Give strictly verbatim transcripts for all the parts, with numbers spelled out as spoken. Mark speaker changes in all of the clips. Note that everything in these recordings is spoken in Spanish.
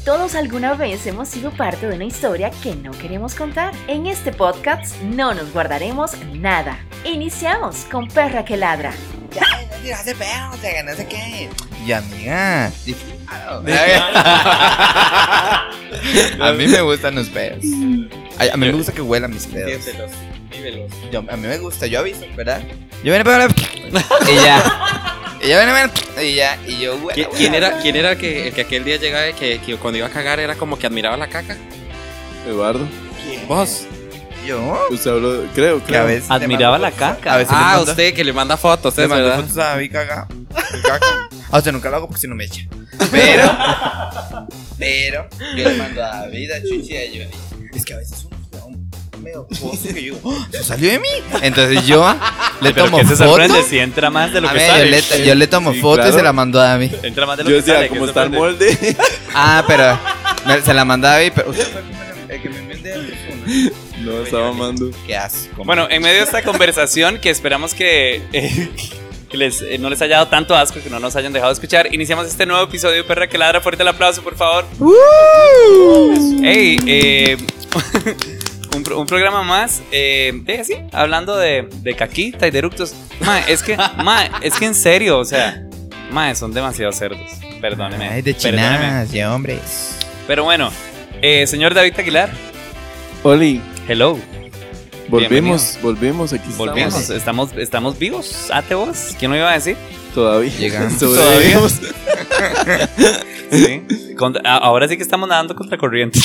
Speaker 1: todos alguna vez hemos sido parte de una historia que no queremos contar. En este podcast no nos guardaremos nada. Iniciamos con Perra que Ladra.
Speaker 2: Ya, no tiraste perros, que no sé qué. Y amiga, a mí me gustan los pedos. A, a mí me gusta que huelan mis pedos.
Speaker 3: Siéntelos, vívelos.
Speaker 2: Yo, a mí me gusta, yo aviso, ¿verdad? Yo vengo para y ya. Y yo vengo y ya. Y yo huela,
Speaker 3: ¿Qui- ¿Quién era, quién era el que, el que aquel día llegaba y que, que cuando iba a cagar era como que admiraba la caca?
Speaker 4: Eduardo,
Speaker 3: ¿Vos?
Speaker 2: Yo.
Speaker 4: usted habló, creo,
Speaker 2: Que a
Speaker 4: creo.
Speaker 2: veces
Speaker 5: Admiraba
Speaker 2: le
Speaker 5: la
Speaker 2: mando fotos,
Speaker 5: caca.
Speaker 2: A veces le
Speaker 3: Ah,
Speaker 2: mando-
Speaker 3: usted que le manda fotos,
Speaker 2: le
Speaker 3: ¿es
Speaker 2: mando
Speaker 3: verdad?
Speaker 2: fotos a David caga. Caga. O sea, nunca lo hago porque si no me echa. Pero. Pero. Yo le mando a David, a Chuchi y a Johnny. Es que a veces un medio pozo que yo digo, ¡oh! ¿Se salió de mí? Entonces yo le
Speaker 5: Pero
Speaker 2: tomo
Speaker 5: que se sorprende
Speaker 2: fotos.
Speaker 5: si entra más de lo
Speaker 2: A
Speaker 5: que
Speaker 2: ver,
Speaker 5: sale.
Speaker 2: yo, le, yo le tomo
Speaker 4: Sí,
Speaker 2: fotos
Speaker 4: claro.
Speaker 2: y se la mando a David.
Speaker 5: Entra más de lo
Speaker 4: Yo
Speaker 5: que
Speaker 4: decía,
Speaker 5: sale.
Speaker 4: ¿cómo
Speaker 5: que
Speaker 4: está el
Speaker 5: sorprende.
Speaker 4: molde?
Speaker 2: Ah, pero me- se la manda a David. Pero usted fue el que me envió el teléfono.
Speaker 4: No, estaba amando.
Speaker 2: Qué asco.
Speaker 5: Bueno, en medio de esta conversación que esperamos que, eh, que les, eh, no les haya dado tanto asco, que no nos hayan dejado escuchar, iniciamos este nuevo episodio de Perra que Ladra. Fuerte el aplauso, por favor. Hey, eh, un, pro- un programa más, eh, de así, hablando de, de caquita y de eructos. Ma, es que, ma, es que en serio, o sea, ma, son demasiado cerdos. Perdóneme.
Speaker 2: Ay, de
Speaker 5: perdóneme.
Speaker 2: chinas, de hombres.
Speaker 5: Pero bueno, eh, señor David Aguilar,
Speaker 4: Oli,
Speaker 5: hello.
Speaker 4: volvimos, volvimos, aquí
Speaker 5: Volvimos,
Speaker 4: estamos.
Speaker 5: estamos, estamos vivos. Ate vos. ¿Quién lo iba a decir?
Speaker 4: Todavía.
Speaker 2: Llegamos.
Speaker 4: Sobrevivimos.
Speaker 5: Sí. Contra- a- ahora sí que estamos nadando contra corriente.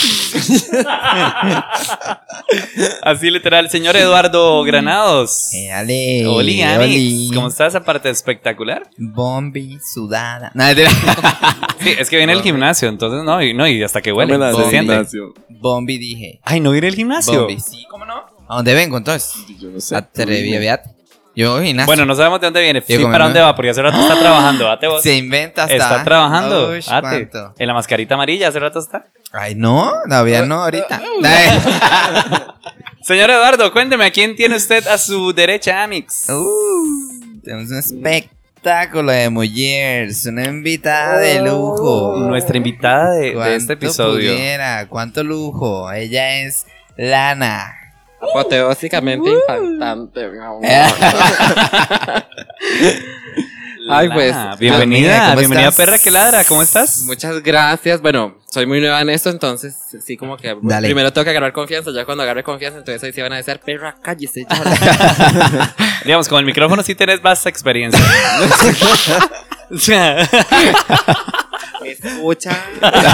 Speaker 5: Así literal. Señor Eduardo Granados.
Speaker 2: Eh, ale,
Speaker 5: Oli, Anix.
Speaker 2: oli.
Speaker 5: ¿Cómo está esa parte espectacular?
Speaker 2: Bombi, sudada. Nada, de
Speaker 5: Sí, es que viene el gimnasio, entonces no, y, no, y hasta que huele.
Speaker 4: Dame la
Speaker 5: Se
Speaker 4: del
Speaker 5: siente.
Speaker 4: gimnasio.
Speaker 2: Bombi dije.
Speaker 5: Ay, no ir al gimnasio.
Speaker 2: Bombi, sí, ¿cómo no? ¿A dónde vengo entonces?
Speaker 4: Yo no sé.
Speaker 2: Atreví, veate. Yo voy gimnasio.
Speaker 5: Bueno, no sabemos de dónde viene. Sí,
Speaker 2: Yo como
Speaker 5: ¿para
Speaker 2: no.
Speaker 5: dónde va? Porque hace rato está trabajando. Ate vos.
Speaker 2: Se inventa hasta.
Speaker 5: Está trabajando.
Speaker 2: Ush,
Speaker 5: Ate.
Speaker 2: ¿cuánto?
Speaker 5: En la mascarita amarilla, hace rato está.
Speaker 2: Ay, no, todavía no, ahorita. Ay.
Speaker 5: Señor Eduardo, cuénteme, ¿a quién tiene usted a su derecha, Amix?
Speaker 2: Uh, tenemos un espectáculo de mujeres, una invitada de lujo.
Speaker 5: Nuestra invitada de, de este
Speaker 2: ¿Cuánto
Speaker 5: episodio.
Speaker 2: pudiera? ¿Cuánto lujo? Ella es Lana.
Speaker 3: Apoteósicamente
Speaker 5: Uh.
Speaker 3: impactante, mi amor. Ay, pues,
Speaker 5: Lana,
Speaker 2: amiga,
Speaker 5: bienvenida,
Speaker 2: ¿cómo
Speaker 5: bienvenida
Speaker 2: estás?
Speaker 5: Perra que Ladra, ¿cómo estás?
Speaker 3: Muchas gracias. Bueno, soy muy nueva en esto, entonces sí como que
Speaker 2: Dale.
Speaker 3: primero tengo que agarrar confianza. Ya cuando agarre confianza, entonces ahí se van a decir, perra, cállese. ya".
Speaker 5: Digamos, con el micrófono sí tenés vasta experiencia. O sea,
Speaker 3: ¿Me escucha?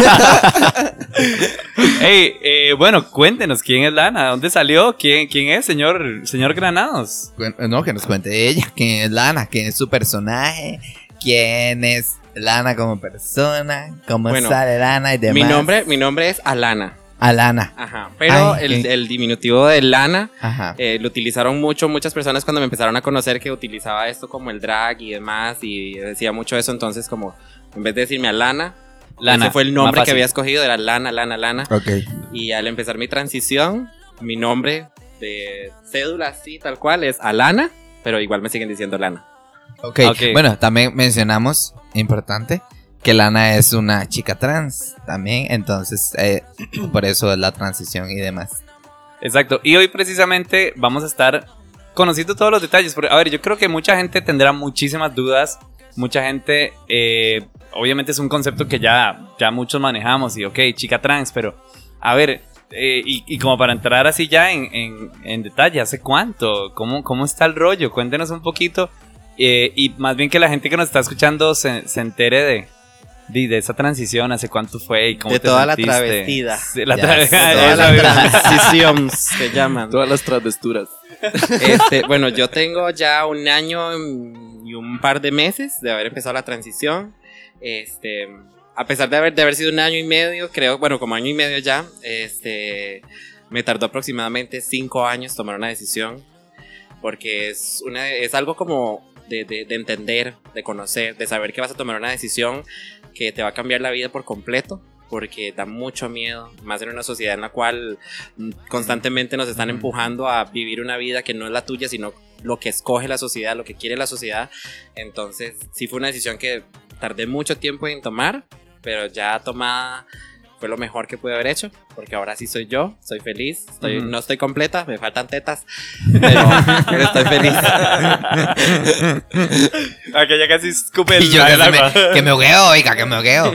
Speaker 5: hey, eh, bueno, cuéntenos, ¿quién es Lana? ¿Dónde salió? ¿Quién, quién es, señor, señor Granados?
Speaker 2: Bueno, no, que nos cuente ella. ¿Quién es Lana? ¿Quién es su personaje? ¿Quién es Lana como persona? ¿Cómo
Speaker 3: Bueno,
Speaker 2: sale Lana y demás?
Speaker 3: mi nombre, mi nombre es Alana.
Speaker 2: Alana.
Speaker 3: Ajá. Pero
Speaker 2: Ay,
Speaker 3: el,
Speaker 2: qué-
Speaker 3: el diminutivo de Lana
Speaker 2: Ajá.
Speaker 3: eh, lo utilizaron mucho muchas personas cuando me empezaron a conocer, que utilizaba esto como el drag y demás, y decía mucho eso. Entonces, como en vez de decirme Alana,
Speaker 5: Lana.
Speaker 3: ese fue el
Speaker 5: más
Speaker 3: nombre que
Speaker 5: fácil.
Speaker 3: había escogido, era Lana, Lana, Lana.
Speaker 2: Ok.
Speaker 3: Y al empezar mi transición, mi nombre de cédula, así tal cual, es Alana, pero igual me siguen diciendo Lana.
Speaker 2: Ok.
Speaker 5: Ok.
Speaker 2: Bueno, también mencionamos, importante, que Lana es una chica trans también. Entonces, eh, por eso es la transición y demás.
Speaker 5: Exacto. Y hoy precisamente vamos a estar conociendo todos los detalles. Porque, a ver, yo creo que mucha gente tendrá muchísimas dudas. Mucha gente, eh, obviamente es un concepto que ya, ya muchos manejamos. Y ok, chica trans, pero a ver, eh, y, y como para entrar así ya en, en, en detalle, ¿hace cuánto? ¿Cómo, cómo está el rollo? Cuéntenos un poquito. Eh, y más bien que la gente que nos está escuchando se, se entere de... De, de esa transición, ¿hace cuánto fue? Y cómo
Speaker 3: De
Speaker 5: te
Speaker 3: toda la
Speaker 5: sentiste?
Speaker 3: travestida.
Speaker 5: Sí, la
Speaker 2: Ya,
Speaker 5: travestida.
Speaker 2: de
Speaker 3: Toda
Speaker 2: toda
Speaker 3: la transición se llaman.
Speaker 4: Todas las travesturas.
Speaker 3: Este, bueno, yo tengo ya un año y un par de meses de haber empezado la transición. Este, a pesar de haber, de haber sido un año y medio, creo, bueno, como año y medio ya, este, me tardó aproximadamente cinco años tomar una decisión, porque es, una, es algo como de, de, de entender, de conocer, de saber que vas a tomar una decisión que te va a cambiar la vida por completo. Porque da mucho miedo, más en una sociedad en la cual constantemente nos están empujando a vivir una vida que no es la tuya, sino lo que escoge la sociedad, lo que quiere la sociedad. Entonces sí fue una decisión que tardé mucho tiempo en tomar, pero ya tomada fue lo mejor que pude haber hecho, porque ahora sí soy yo, soy feliz, estoy,
Speaker 5: Ujú.
Speaker 3: no estoy completa, me faltan tetas, pero, pero estoy feliz.
Speaker 5: Aquella casi escupe el,
Speaker 2: Y yo
Speaker 5: el
Speaker 2: que, me,
Speaker 5: agua.
Speaker 2: que me hogueo, oiga, que me hogueo.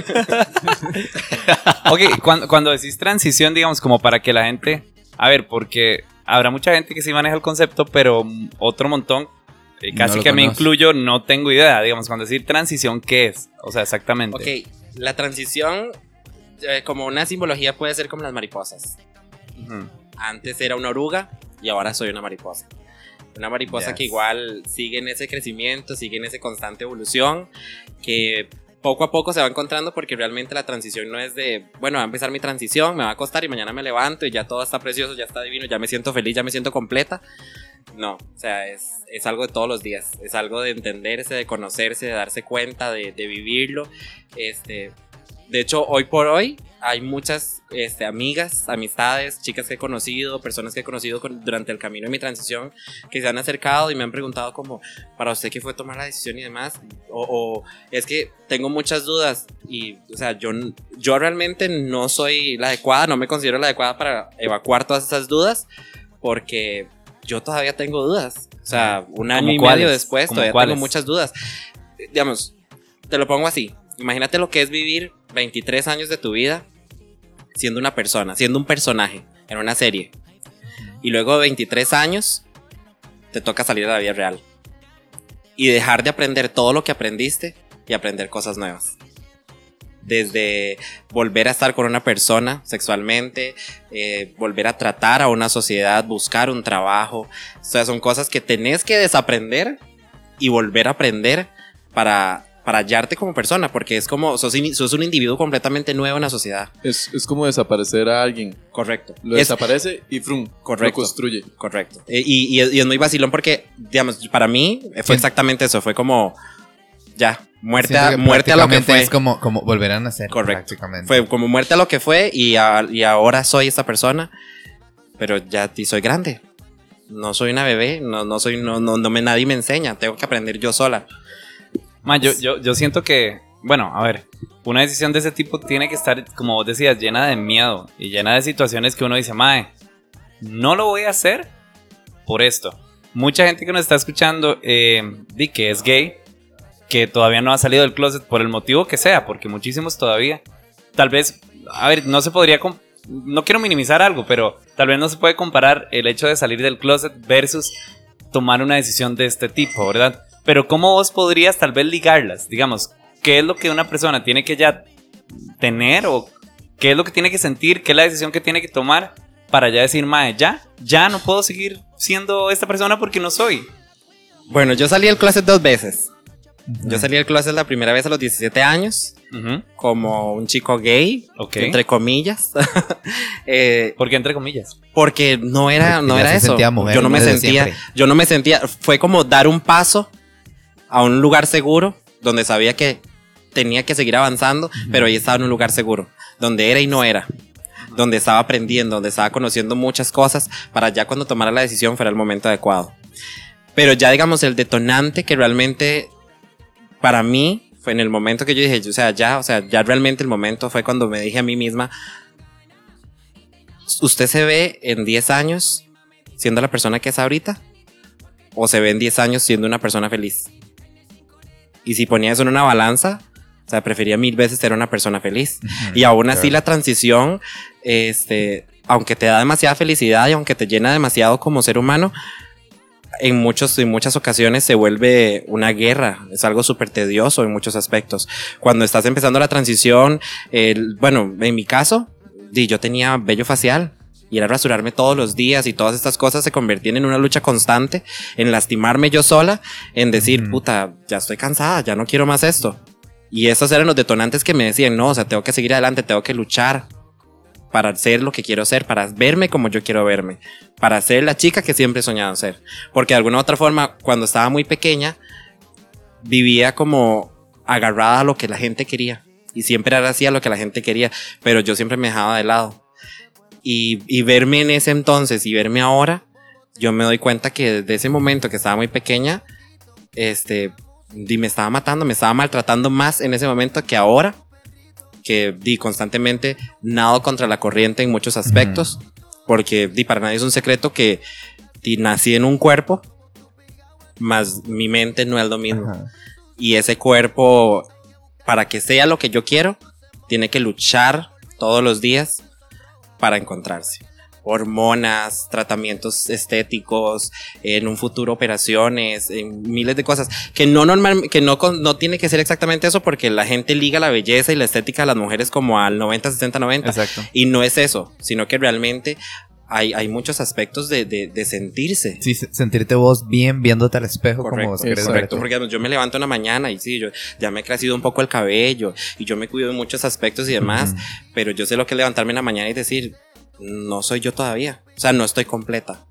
Speaker 5: Ok, cuando, cuando decís transición, digamos, como para que la gente... A ver, porque habrá mucha gente que sí maneja el concepto, pero otro montón, eh, casi
Speaker 2: No lo
Speaker 5: que me
Speaker 2: conoce.
Speaker 5: incluyo, no tengo idea. Digamos, cuando decir transición, ¿qué es? O sea, exactamente.
Speaker 3: Ok, la transición, eh, como una simbología, puede ser como las mariposas.
Speaker 5: Ujú.
Speaker 3: Antes era una oruga y ahora soy una mariposa. Una mariposa
Speaker 2: Yes.
Speaker 3: que igual sigue en ese crecimiento, sigue en esa constante evolución, que poco a poco se va encontrando, porque realmente la transición no es de, bueno, va a empezar mi transición, me va a costar y mañana me levanto y ya todo está precioso, ya está divino, ya me siento feliz, ya me siento completa. No, o sea, es, es algo de todos los días, es algo de entenderse, de conocerse, de darse cuenta, de, de vivirlo. Este, de hecho, hoy por hoy hay muchas este, amigas, amistades, chicas que he conocido, personas que he conocido con- durante el camino de mi transición, que se han acercado y me han preguntado como, ¿para usted qué fue tomar la decisión y demás? O, o es que tengo muchas dudas y, o sea, yo, yo realmente no soy la adecuada, no me considero la adecuada para evacuar todas esas dudas, porque yo todavía tengo dudas. O sea, un año y
Speaker 5: cuáles?
Speaker 3: medio después
Speaker 5: ¿Cómo
Speaker 3: todavía
Speaker 5: cuáles?
Speaker 3: tengo muchas dudas. Digamos, te lo pongo así. Imagínate lo que es vivir veintitrés años de tu vida siendo una persona, siendo un personaje en una serie. Y luego de veintitrés años te toca salir a la vida real. Y dejar de aprender todo lo que aprendiste y aprender cosas nuevas. Desde volver a estar con una persona sexualmente, eh, volver a tratar a una sociedad, buscar un trabajo. O sea, son cosas que tenés que desaprender y volver a aprender para, para hallarte como persona, porque es como, sos, in- sos un individuo completamente nuevo en la sociedad.
Speaker 4: Es, es como desaparecer a alguien.
Speaker 3: Correcto.
Speaker 4: Lo
Speaker 3: Es-
Speaker 4: desaparece y frum,
Speaker 3: Correcto.
Speaker 4: lo construye.
Speaker 3: Correcto. Eh, Y, y, y es muy vacilón porque, digamos, para mí fue
Speaker 2: Sí.
Speaker 3: exactamente eso. Fue como, ya, muerte,
Speaker 2: Siento
Speaker 3: a,
Speaker 2: que
Speaker 3: muerte a lo que
Speaker 2: prácticamente
Speaker 3: fue.
Speaker 2: es como, como volver a nacer.
Speaker 3: Correcto.
Speaker 2: Prácticamente.
Speaker 3: Fue como muerte a lo que fue y, a- y ahora soy esta persona, pero ya y soy grande. No soy una bebé, no, no soy, no, no, no me, nadie me enseña, tengo que aprender yo sola.
Speaker 5: Ma, yo, yo, yo siento que, bueno, a ver, una decisión de ese tipo tiene que estar, como vos decías, llena de miedo y llena de situaciones que uno dice, mae, no lo voy a hacer por esto. Mucha gente que nos está escuchando, eh, di que es gay, que todavía no ha salido del closet por el motivo que sea, porque muchísimos todavía, tal vez, a ver, no se podría, com- no quiero minimizar algo, pero tal vez no se puede comparar el hecho de salir del closet versus tomar una decisión de este tipo, ¿verdad? Pero ¿cómo vos podrías tal vez ligarlas? Digamos, ¿qué es lo que una persona tiene que ya tener o qué es lo que tiene que sentir, qué es la decisión que tiene que tomar para ya decir, mae, ya, ya no puedo seguir siendo esta persona porque no soy?
Speaker 3: Bueno, yo salí del closet dos veces. Yo salí del closet la primera vez a los diecisiete años,
Speaker 5: Ujú.
Speaker 3: como un chico gay,
Speaker 5: Ok.
Speaker 3: entre comillas. Eh,
Speaker 5: ¿Por qué entre comillas?
Speaker 3: porque no era,
Speaker 2: Porque
Speaker 3: no
Speaker 2: ya
Speaker 3: era
Speaker 2: se
Speaker 3: eso.
Speaker 2: sentía mujer
Speaker 3: Yo no me
Speaker 2: desde
Speaker 3: sentía,
Speaker 2: siempre.
Speaker 3: yo no me sentía, fue como dar un paso a un lugar seguro donde sabía que tenía que seguir avanzando, pero ahí estaba en un lugar seguro, donde era y no era, donde estaba aprendiendo, donde estaba conociendo muchas cosas para ya cuando tomara la decisión fuera el momento adecuado. Pero ya digamos el detonante que realmente para mí fue en el momento que yo dije, o sea, ya, o sea, ya realmente el momento fue cuando me dije a mí misma, ¿usted se ve en diez años siendo la persona que es ahorita? ¿O se ve en diez años siendo una persona feliz? Y si ponía eso en una balanza, o sea, prefería mil veces ser una persona feliz. Y aún así la transición, este, aunque te da demasiada felicidad y aunque te llena demasiado como ser humano, en, muchos, en muchas ocasiones se vuelve una guerra. Es algo súper tedioso en muchos aspectos. Cuando estás empezando la transición, el, bueno, en mi caso, di, yo tenía vello facial. Y era rasurarme todos los días y todas estas cosas se convertían en una lucha constante, en lastimarme yo sola, en decir,
Speaker 2: Ujú.
Speaker 3: puta, ya estoy cansada, ya no quiero más esto. Y esos eran los detonantes que me decían, no, o sea, tengo que seguir adelante, tengo que luchar para ser lo que quiero ser, para verme como yo quiero verme, para ser la chica que siempre he soñado ser. Porque de alguna u otra forma, cuando estaba muy pequeña, vivía como agarrada a lo que la gente quería. Y siempre era así a lo que la gente quería, pero yo siempre me dejaba de lado. Y, y verme en ese entonces y verme ahora, yo me doy cuenta que desde ese momento que estaba muy pequeña, este, y me estaba matando, me estaba maltratando más en ese momento que ahora, que di, constantemente nado contra la corriente en muchos aspectos, uh-huh. porque di, para nadie es un secreto que di, nací en un cuerpo, más mi mente no es lo mismo. Uh-huh. Y ese cuerpo, para que sea lo que yo quiero, tiene que luchar todos los días para encontrarse. Hormonas, tratamientos estéticos, en un futuro operaciones, en miles de cosas que no normal, que no, no tiene que ser exactamente eso, porque la gente liga la belleza y la estética de las mujeres como al noventa, sesenta, noventa.
Speaker 5: Exacto.
Speaker 3: Y no es eso, sino que realmente hay, hay muchos aspectos de, de, de sentirse.
Speaker 6: Sí, sentirte vos bien viéndote al espejo.
Speaker 3: Correcto,
Speaker 6: como vos querés
Speaker 3: correcto,
Speaker 6: verte.
Speaker 3: porque yo me levanto una mañana y sí, yo ya me he crecido un poco el cabello y yo me cuido en muchos aspectos y demás, uh-huh. pero yo sé lo que es levantarme en la mañana y decir, no soy yo todavía, o sea, no estoy completa.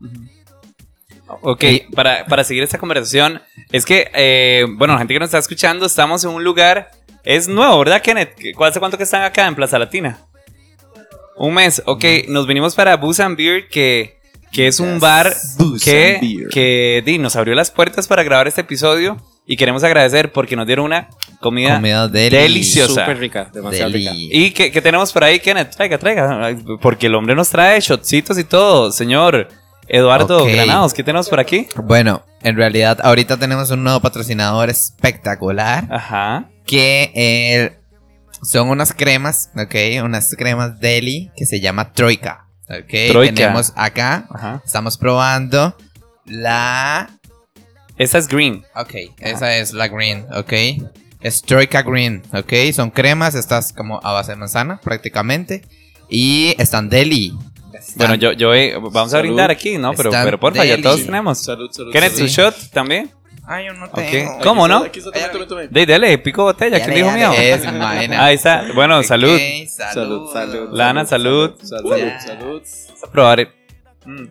Speaker 5: Ok, para, para seguir esta conversación, es que, eh, bueno, la gente que nos está escuchando, estamos en un lugar, es nuevo, ¿verdad, Kenneth? ¿Hace cuánto que están acá en Plaza Latina? Un mes, ok, nos vinimos para Booze and Beer, que, que es un bar que, que di, nos abrió las puertas para grabar este episodio. Y queremos agradecer porque nos dieron una comida,
Speaker 6: comida deli.
Speaker 5: deliciosa.
Speaker 3: Súper rica, demasiado
Speaker 6: Deli.
Speaker 3: rica.
Speaker 5: ¿Y qué, qué tenemos por ahí, Kenneth? Traiga, traiga. Porque el hombre nos trae shotcitos y todo. Señor Eduardo
Speaker 6: Okay.
Speaker 5: Granados, ¿qué tenemos por aquí?
Speaker 6: Bueno, en realidad ahorita tenemos un nuevo patrocinador espectacular.
Speaker 5: Ajá.
Speaker 6: Que eh, son unas cremas, ok, unas cremas deli que se llama Troika. Ok,
Speaker 5: Troika.
Speaker 6: tenemos acá,
Speaker 5: Ajá.
Speaker 6: estamos probando la...
Speaker 5: Esta es green.
Speaker 6: Ok, esa es la green, ok. Es Troika Green, ok. Son cremas, estas como a base de manzana prácticamente. Y están deli. Están,
Speaker 5: Bueno, yo, yo eh, vamos a
Speaker 4: Salud.
Speaker 5: brindar aquí, ¿no? Pero,
Speaker 6: Están
Speaker 5: pero porfa, ya
Speaker 6: deli.
Speaker 5: todos tenemos.
Speaker 4: Salud, salud.
Speaker 5: Kenneth,
Speaker 4: salud.
Speaker 5: ¿tu shot también?
Speaker 6: Ay, yo no
Speaker 5: Ok.
Speaker 6: tengo.
Speaker 5: ¿Cómo no?
Speaker 4: Aquí está, tome, tome, tome.
Speaker 5: De, dele, pico botella, ¿quién dijo mío?
Speaker 6: Es, imagina.
Speaker 5: Ahí está. Bueno,
Speaker 6: Ok,
Speaker 5: salud.
Speaker 6: Salud,
Speaker 4: Salud,
Speaker 5: Lana, salud.
Speaker 4: Salud,
Speaker 6: Uh.
Speaker 4: salud.
Speaker 5: Vamos a probar. eh. Mm.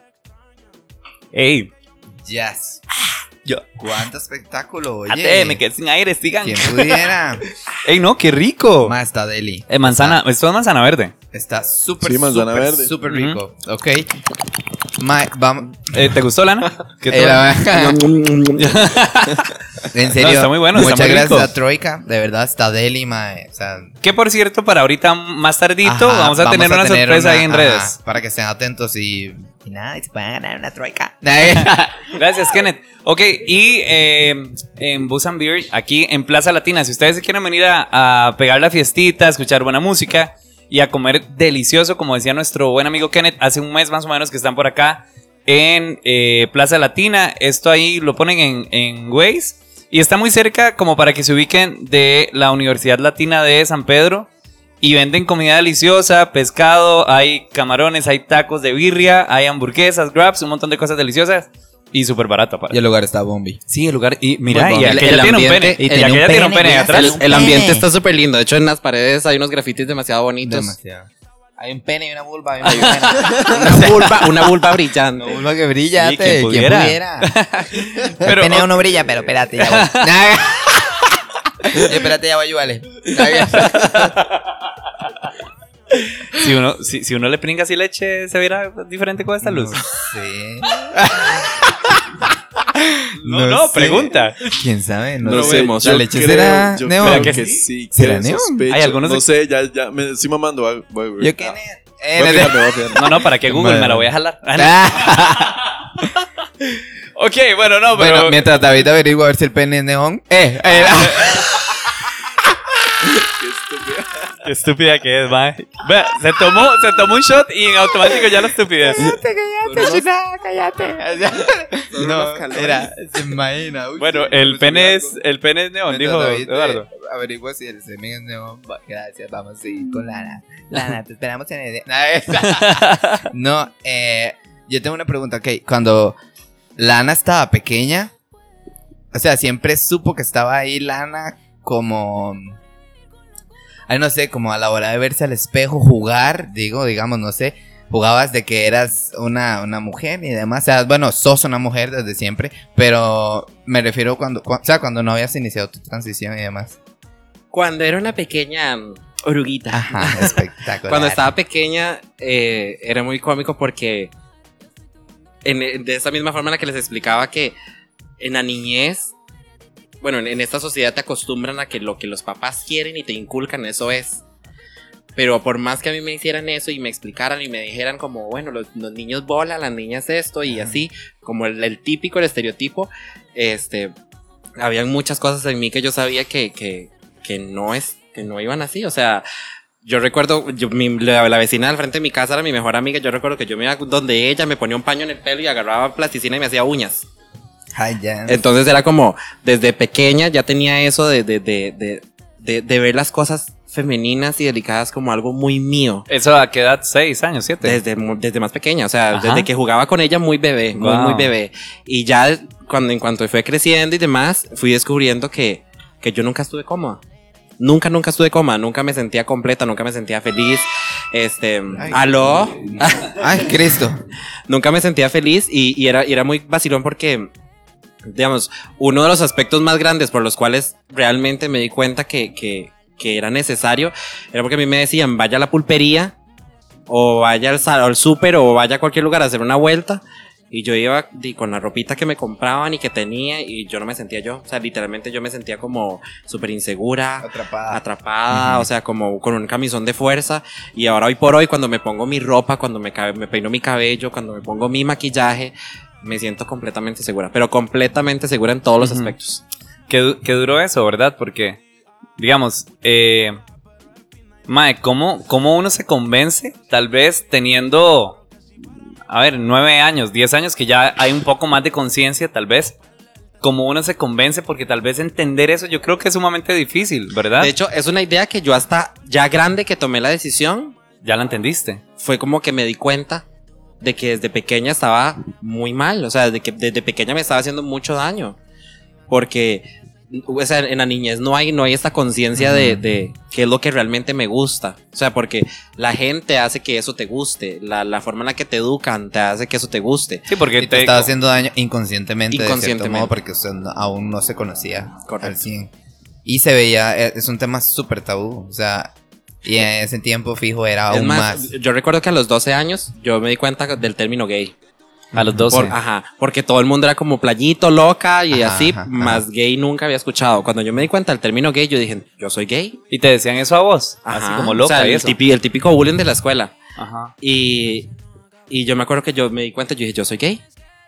Speaker 5: Ey,
Speaker 6: Yes.
Speaker 5: yo.
Speaker 6: Cuánto espectáculo, oye.
Speaker 5: Ate, me quedé sin aire, sigan.
Speaker 6: ¿Quién pudiera?
Speaker 5: Ey, no, qué rico.
Speaker 6: Ma, está deli.
Speaker 5: Eh, manzana, esto es manzana verde.
Speaker 6: Está súper,
Speaker 4: Sí, manzana
Speaker 6: súper,
Speaker 4: verde.
Speaker 6: súper rico. Ok. Ma, vamos.
Speaker 5: Eh, ¿Te gustó, Lana? ¿Qué
Speaker 6: Eh,
Speaker 5: tal?
Speaker 6: la- En serio.
Speaker 5: No, está muy bueno, está
Speaker 6: Muchas
Speaker 5: muy
Speaker 6: gracias
Speaker 5: rico.
Speaker 6: a Troika. De verdad está deli, ma. O sea,
Speaker 5: Que por cierto, para ahorita más tardito,
Speaker 6: ajá,
Speaker 5: vamos a tener una sorpresa
Speaker 6: una-
Speaker 5: ahí en
Speaker 6: ajá,
Speaker 5: redes.
Speaker 6: para que estén atentos y. Y nada, y se puedan ganar una Troika.
Speaker 5: Gracias, Kenneth. Ok, y eh, en Booze and Beer, aquí en Plaza Latina, si ustedes se quieren venir a, a pegar la fiestita, a escuchar buena música y a comer delicioso, como decía nuestro buen amigo Kenneth, hace un mes más o menos que están por acá en eh, Plaza Latina. Esto ahí lo ponen en, en Waze y está muy cerca como para que se ubiquen de la Universidad Latina de San Pedro. Y venden comida deliciosa, pescado, hay camarones, hay tacos de birria, hay hamburguesas, wraps, un montón de cosas deliciosas y súper barato. Aparte.
Speaker 6: Y el lugar está bombi.
Speaker 5: Sí, el lugar. Y mira,
Speaker 3: Muy
Speaker 5: y
Speaker 3: bueno.
Speaker 5: aquella
Speaker 3: El
Speaker 5: tiene un
Speaker 3: ambiente-
Speaker 5: pene.
Speaker 6: y
Speaker 5: Y
Speaker 6: tiene un
Speaker 5: aquella tiene un
Speaker 6: pene,
Speaker 5: pene ahí
Speaker 6: mira,
Speaker 5: atrás.
Speaker 3: El, el ambiente está súper lindo. De hecho, en las paredes hay unos grafitis demasiado bonitos.
Speaker 6: Demasiado. Hay un pene y una vulva. Hay
Speaker 3: Hay
Speaker 6: una
Speaker 3: una vulva, una vulva brillante.
Speaker 6: vulva que brilla.
Speaker 5: Sí,
Speaker 6: te,
Speaker 5: quien
Speaker 6: ¿quién
Speaker 5: pudiera.
Speaker 6: pudiera?
Speaker 5: Pero,
Speaker 6: el pene
Speaker 5: oh.
Speaker 6: aún no brilla, pero espérate, ya voy. Eh, espérate, ya voy, ayúdale.
Speaker 5: Si uno, si, si uno le pringa así leche, ¿se verá diferente con esta luz?
Speaker 6: Sí.
Speaker 5: No,
Speaker 6: no
Speaker 5: no,
Speaker 6: sé.
Speaker 5: pregunta.
Speaker 6: ¿Quién sabe? No,
Speaker 4: No
Speaker 6: sé.
Speaker 4: sé,
Speaker 3: vemos.
Speaker 6: La
Speaker 4: yo
Speaker 6: leche
Speaker 4: creo-
Speaker 6: será
Speaker 4: yo
Speaker 6: neón.
Speaker 4: creo
Speaker 5: que
Speaker 4: que
Speaker 5: sí?
Speaker 4: sí.
Speaker 6: ¿Será
Speaker 4: que
Speaker 6: neón?
Speaker 4: sospecho.
Speaker 5: Hay algunos
Speaker 4: No
Speaker 5: de-
Speaker 4: sé, ya, ya me estoy mamando. Voy, voy, voy.
Speaker 6: Yo qué
Speaker 4: Ah,
Speaker 6: ne-
Speaker 4: voy a
Speaker 6: eh,
Speaker 4: fijarme, voy a fijarme.
Speaker 5: No, no, para que Google me la voy a jalar. Ok, bueno, no, pero.
Speaker 6: Bueno, mientras David averigua a ver si el pene es neón. Eh, eh.
Speaker 5: Qué estúpida que es, mae. Vea, se tomó, se tomó un shot y en automático ya la estupidez.
Speaker 6: cállate. No, era, se imagina. Uy,
Speaker 5: Bueno,
Speaker 6: sí,
Speaker 5: el
Speaker 6: pues,
Speaker 5: pene
Speaker 6: algo.
Speaker 5: es, el pene es neón,
Speaker 6: Mientras
Speaker 5: dijo
Speaker 6: David, eh,
Speaker 5: Eduardo.
Speaker 6: Averigua si el semen es neón. Va, gracias, vamos a seguir con Lana. Lana, te esperamos en el... No, eh, yo tengo una pregunta. Ok, cuando Lana estaba pequeña, o sea, siempre supo que estaba ahí Lana como... Ay, no sé, como a la hora de verse al espejo, jugar, digo, digamos, no sé, jugabas de que eras una, una mujer y demás, o sea, bueno, sos una mujer desde siempre, pero me refiero cuando, cu- o sea, cuando no habías iniciado tu transición y demás.
Speaker 3: Cuando era una pequeña mm, oruguita.
Speaker 6: Ajá, espectacular.
Speaker 3: Cuando estaba pequeña eh, era muy cómico porque en, de esa misma forma en la que les explicaba que en la niñez, bueno, en, en esta sociedad te acostumbran a que lo que los papás quieren y te inculcan, eso es. Pero por más que a mí me hicieran eso y me explicaran y me dijeran como, bueno, los, los niños bola, las niñas esto y así, como el, el típico, el estereotipo, este, habían muchas cosas en mí que yo sabía que, que, que, no, es, que no iban así, o sea, yo recuerdo, yo, mi, la, la vecina del frente de mi casa era mi mejor amiga, yo recuerdo que yo me iba donde ella, me ponía un paño en el pelo y agarraba plasticina y me hacía uñas.
Speaker 6: Ay, ya.
Speaker 3: Entonces era como, desde pequeña ya tenía eso de, de, de, de, de, de ver las cosas femeninas y delicadas como algo muy mío.
Speaker 5: ¿Eso a qué edad? ¿Seis años? ¿Siete?
Speaker 3: Desde, desde más pequeña, o sea,
Speaker 5: Ajá.
Speaker 3: desde que jugaba con ella muy bebé, muy,
Speaker 5: Wow.
Speaker 3: muy bebé. Y ya cuando, en cuanto fue creciendo y demás, fui descubriendo que, que yo nunca estuve cómoda. Nunca, nunca estuve cómoda, nunca me sentía completa, nunca me sentía feliz. Este,
Speaker 6: Ay.
Speaker 3: aló,
Speaker 6: Ay, Cristo.
Speaker 3: nunca me sentía feliz y, y era, y era muy vacilón porque, digamos, uno de los aspectos más grandes por los cuales realmente me di cuenta que, que, que era necesario era porque a mí me decían, vaya a la pulpería o vaya al, al súper o vaya a cualquier lugar a hacer una vuelta. Y yo iba di, con la ropita que me compraban y que tenía y yo no me sentía yo. O sea, literalmente yo me sentía como súper insegura,
Speaker 6: Atrapada.
Speaker 3: atrapada,
Speaker 6: Ujú.
Speaker 3: o sea, como con un camisón de fuerza. Y ahora hoy por hoy, cuando me pongo mi ropa, cuando me, cabe- me peino mi cabello, cuando me pongo mi maquillaje, me siento completamente segura. Pero completamente segura en todos los
Speaker 5: Ujú.
Speaker 3: aspectos.
Speaker 5: Qué, du- qué duro eso, ¿verdad? Porque, digamos, eh, mae, ¿cómo, ¿cómo uno se convence? Tal vez teniendo, a ver, nueve años, diez años, que ya hay un poco más de conciencia, tal vez. ¿Cómo uno se convence? Porque tal vez entender eso yo creo que es sumamente difícil, ¿verdad?
Speaker 3: De hecho, es una idea que yo hasta ya grande que tomé la decisión,
Speaker 5: Ya la entendiste.
Speaker 3: fue como que me di cuenta de que desde pequeña estaba muy mal, o sea, desde que desde pequeña me estaba haciendo mucho daño, porque o sea, en la niñez no hay, no hay esta conciencia de, de qué es lo que realmente me gusta, o sea, porque la gente hace que eso te guste, la, la forma en la que te educan te hace que eso te guste.
Speaker 5: Sí, porque
Speaker 6: Y te estaba haciendo daño inconscientemente, de cierto
Speaker 3: Inconscientemente.
Speaker 6: modo, porque usted no- aún no se conocía
Speaker 3: Correcto.
Speaker 6: al cien. Y se veía, eh, es un tema súper tabú, o sea, y en ese tiempo fijo era
Speaker 3: Es
Speaker 6: aún
Speaker 3: más,
Speaker 6: más.
Speaker 3: yo recuerdo que a los doce años yo me di cuenta del término gay.
Speaker 5: a los doce.
Speaker 3: Por- ajá, porque todo el mundo era como playito, loca y
Speaker 6: Ajá,
Speaker 3: así,
Speaker 6: ajá, ajá.
Speaker 3: más gay nunca había escuchado. Cuando yo me di cuenta del término gay, yo dije, yo soy gay.
Speaker 5: Y te decían eso a vos, así
Speaker 3: Ajá,
Speaker 5: como loca
Speaker 3: o sea,
Speaker 5: y
Speaker 3: el,
Speaker 5: eso.
Speaker 3: típico, el típico bullying de la escuela.
Speaker 5: Ajá.
Speaker 3: Y, y yo me acuerdo que yo me di cuenta, yo dije, yo soy gay.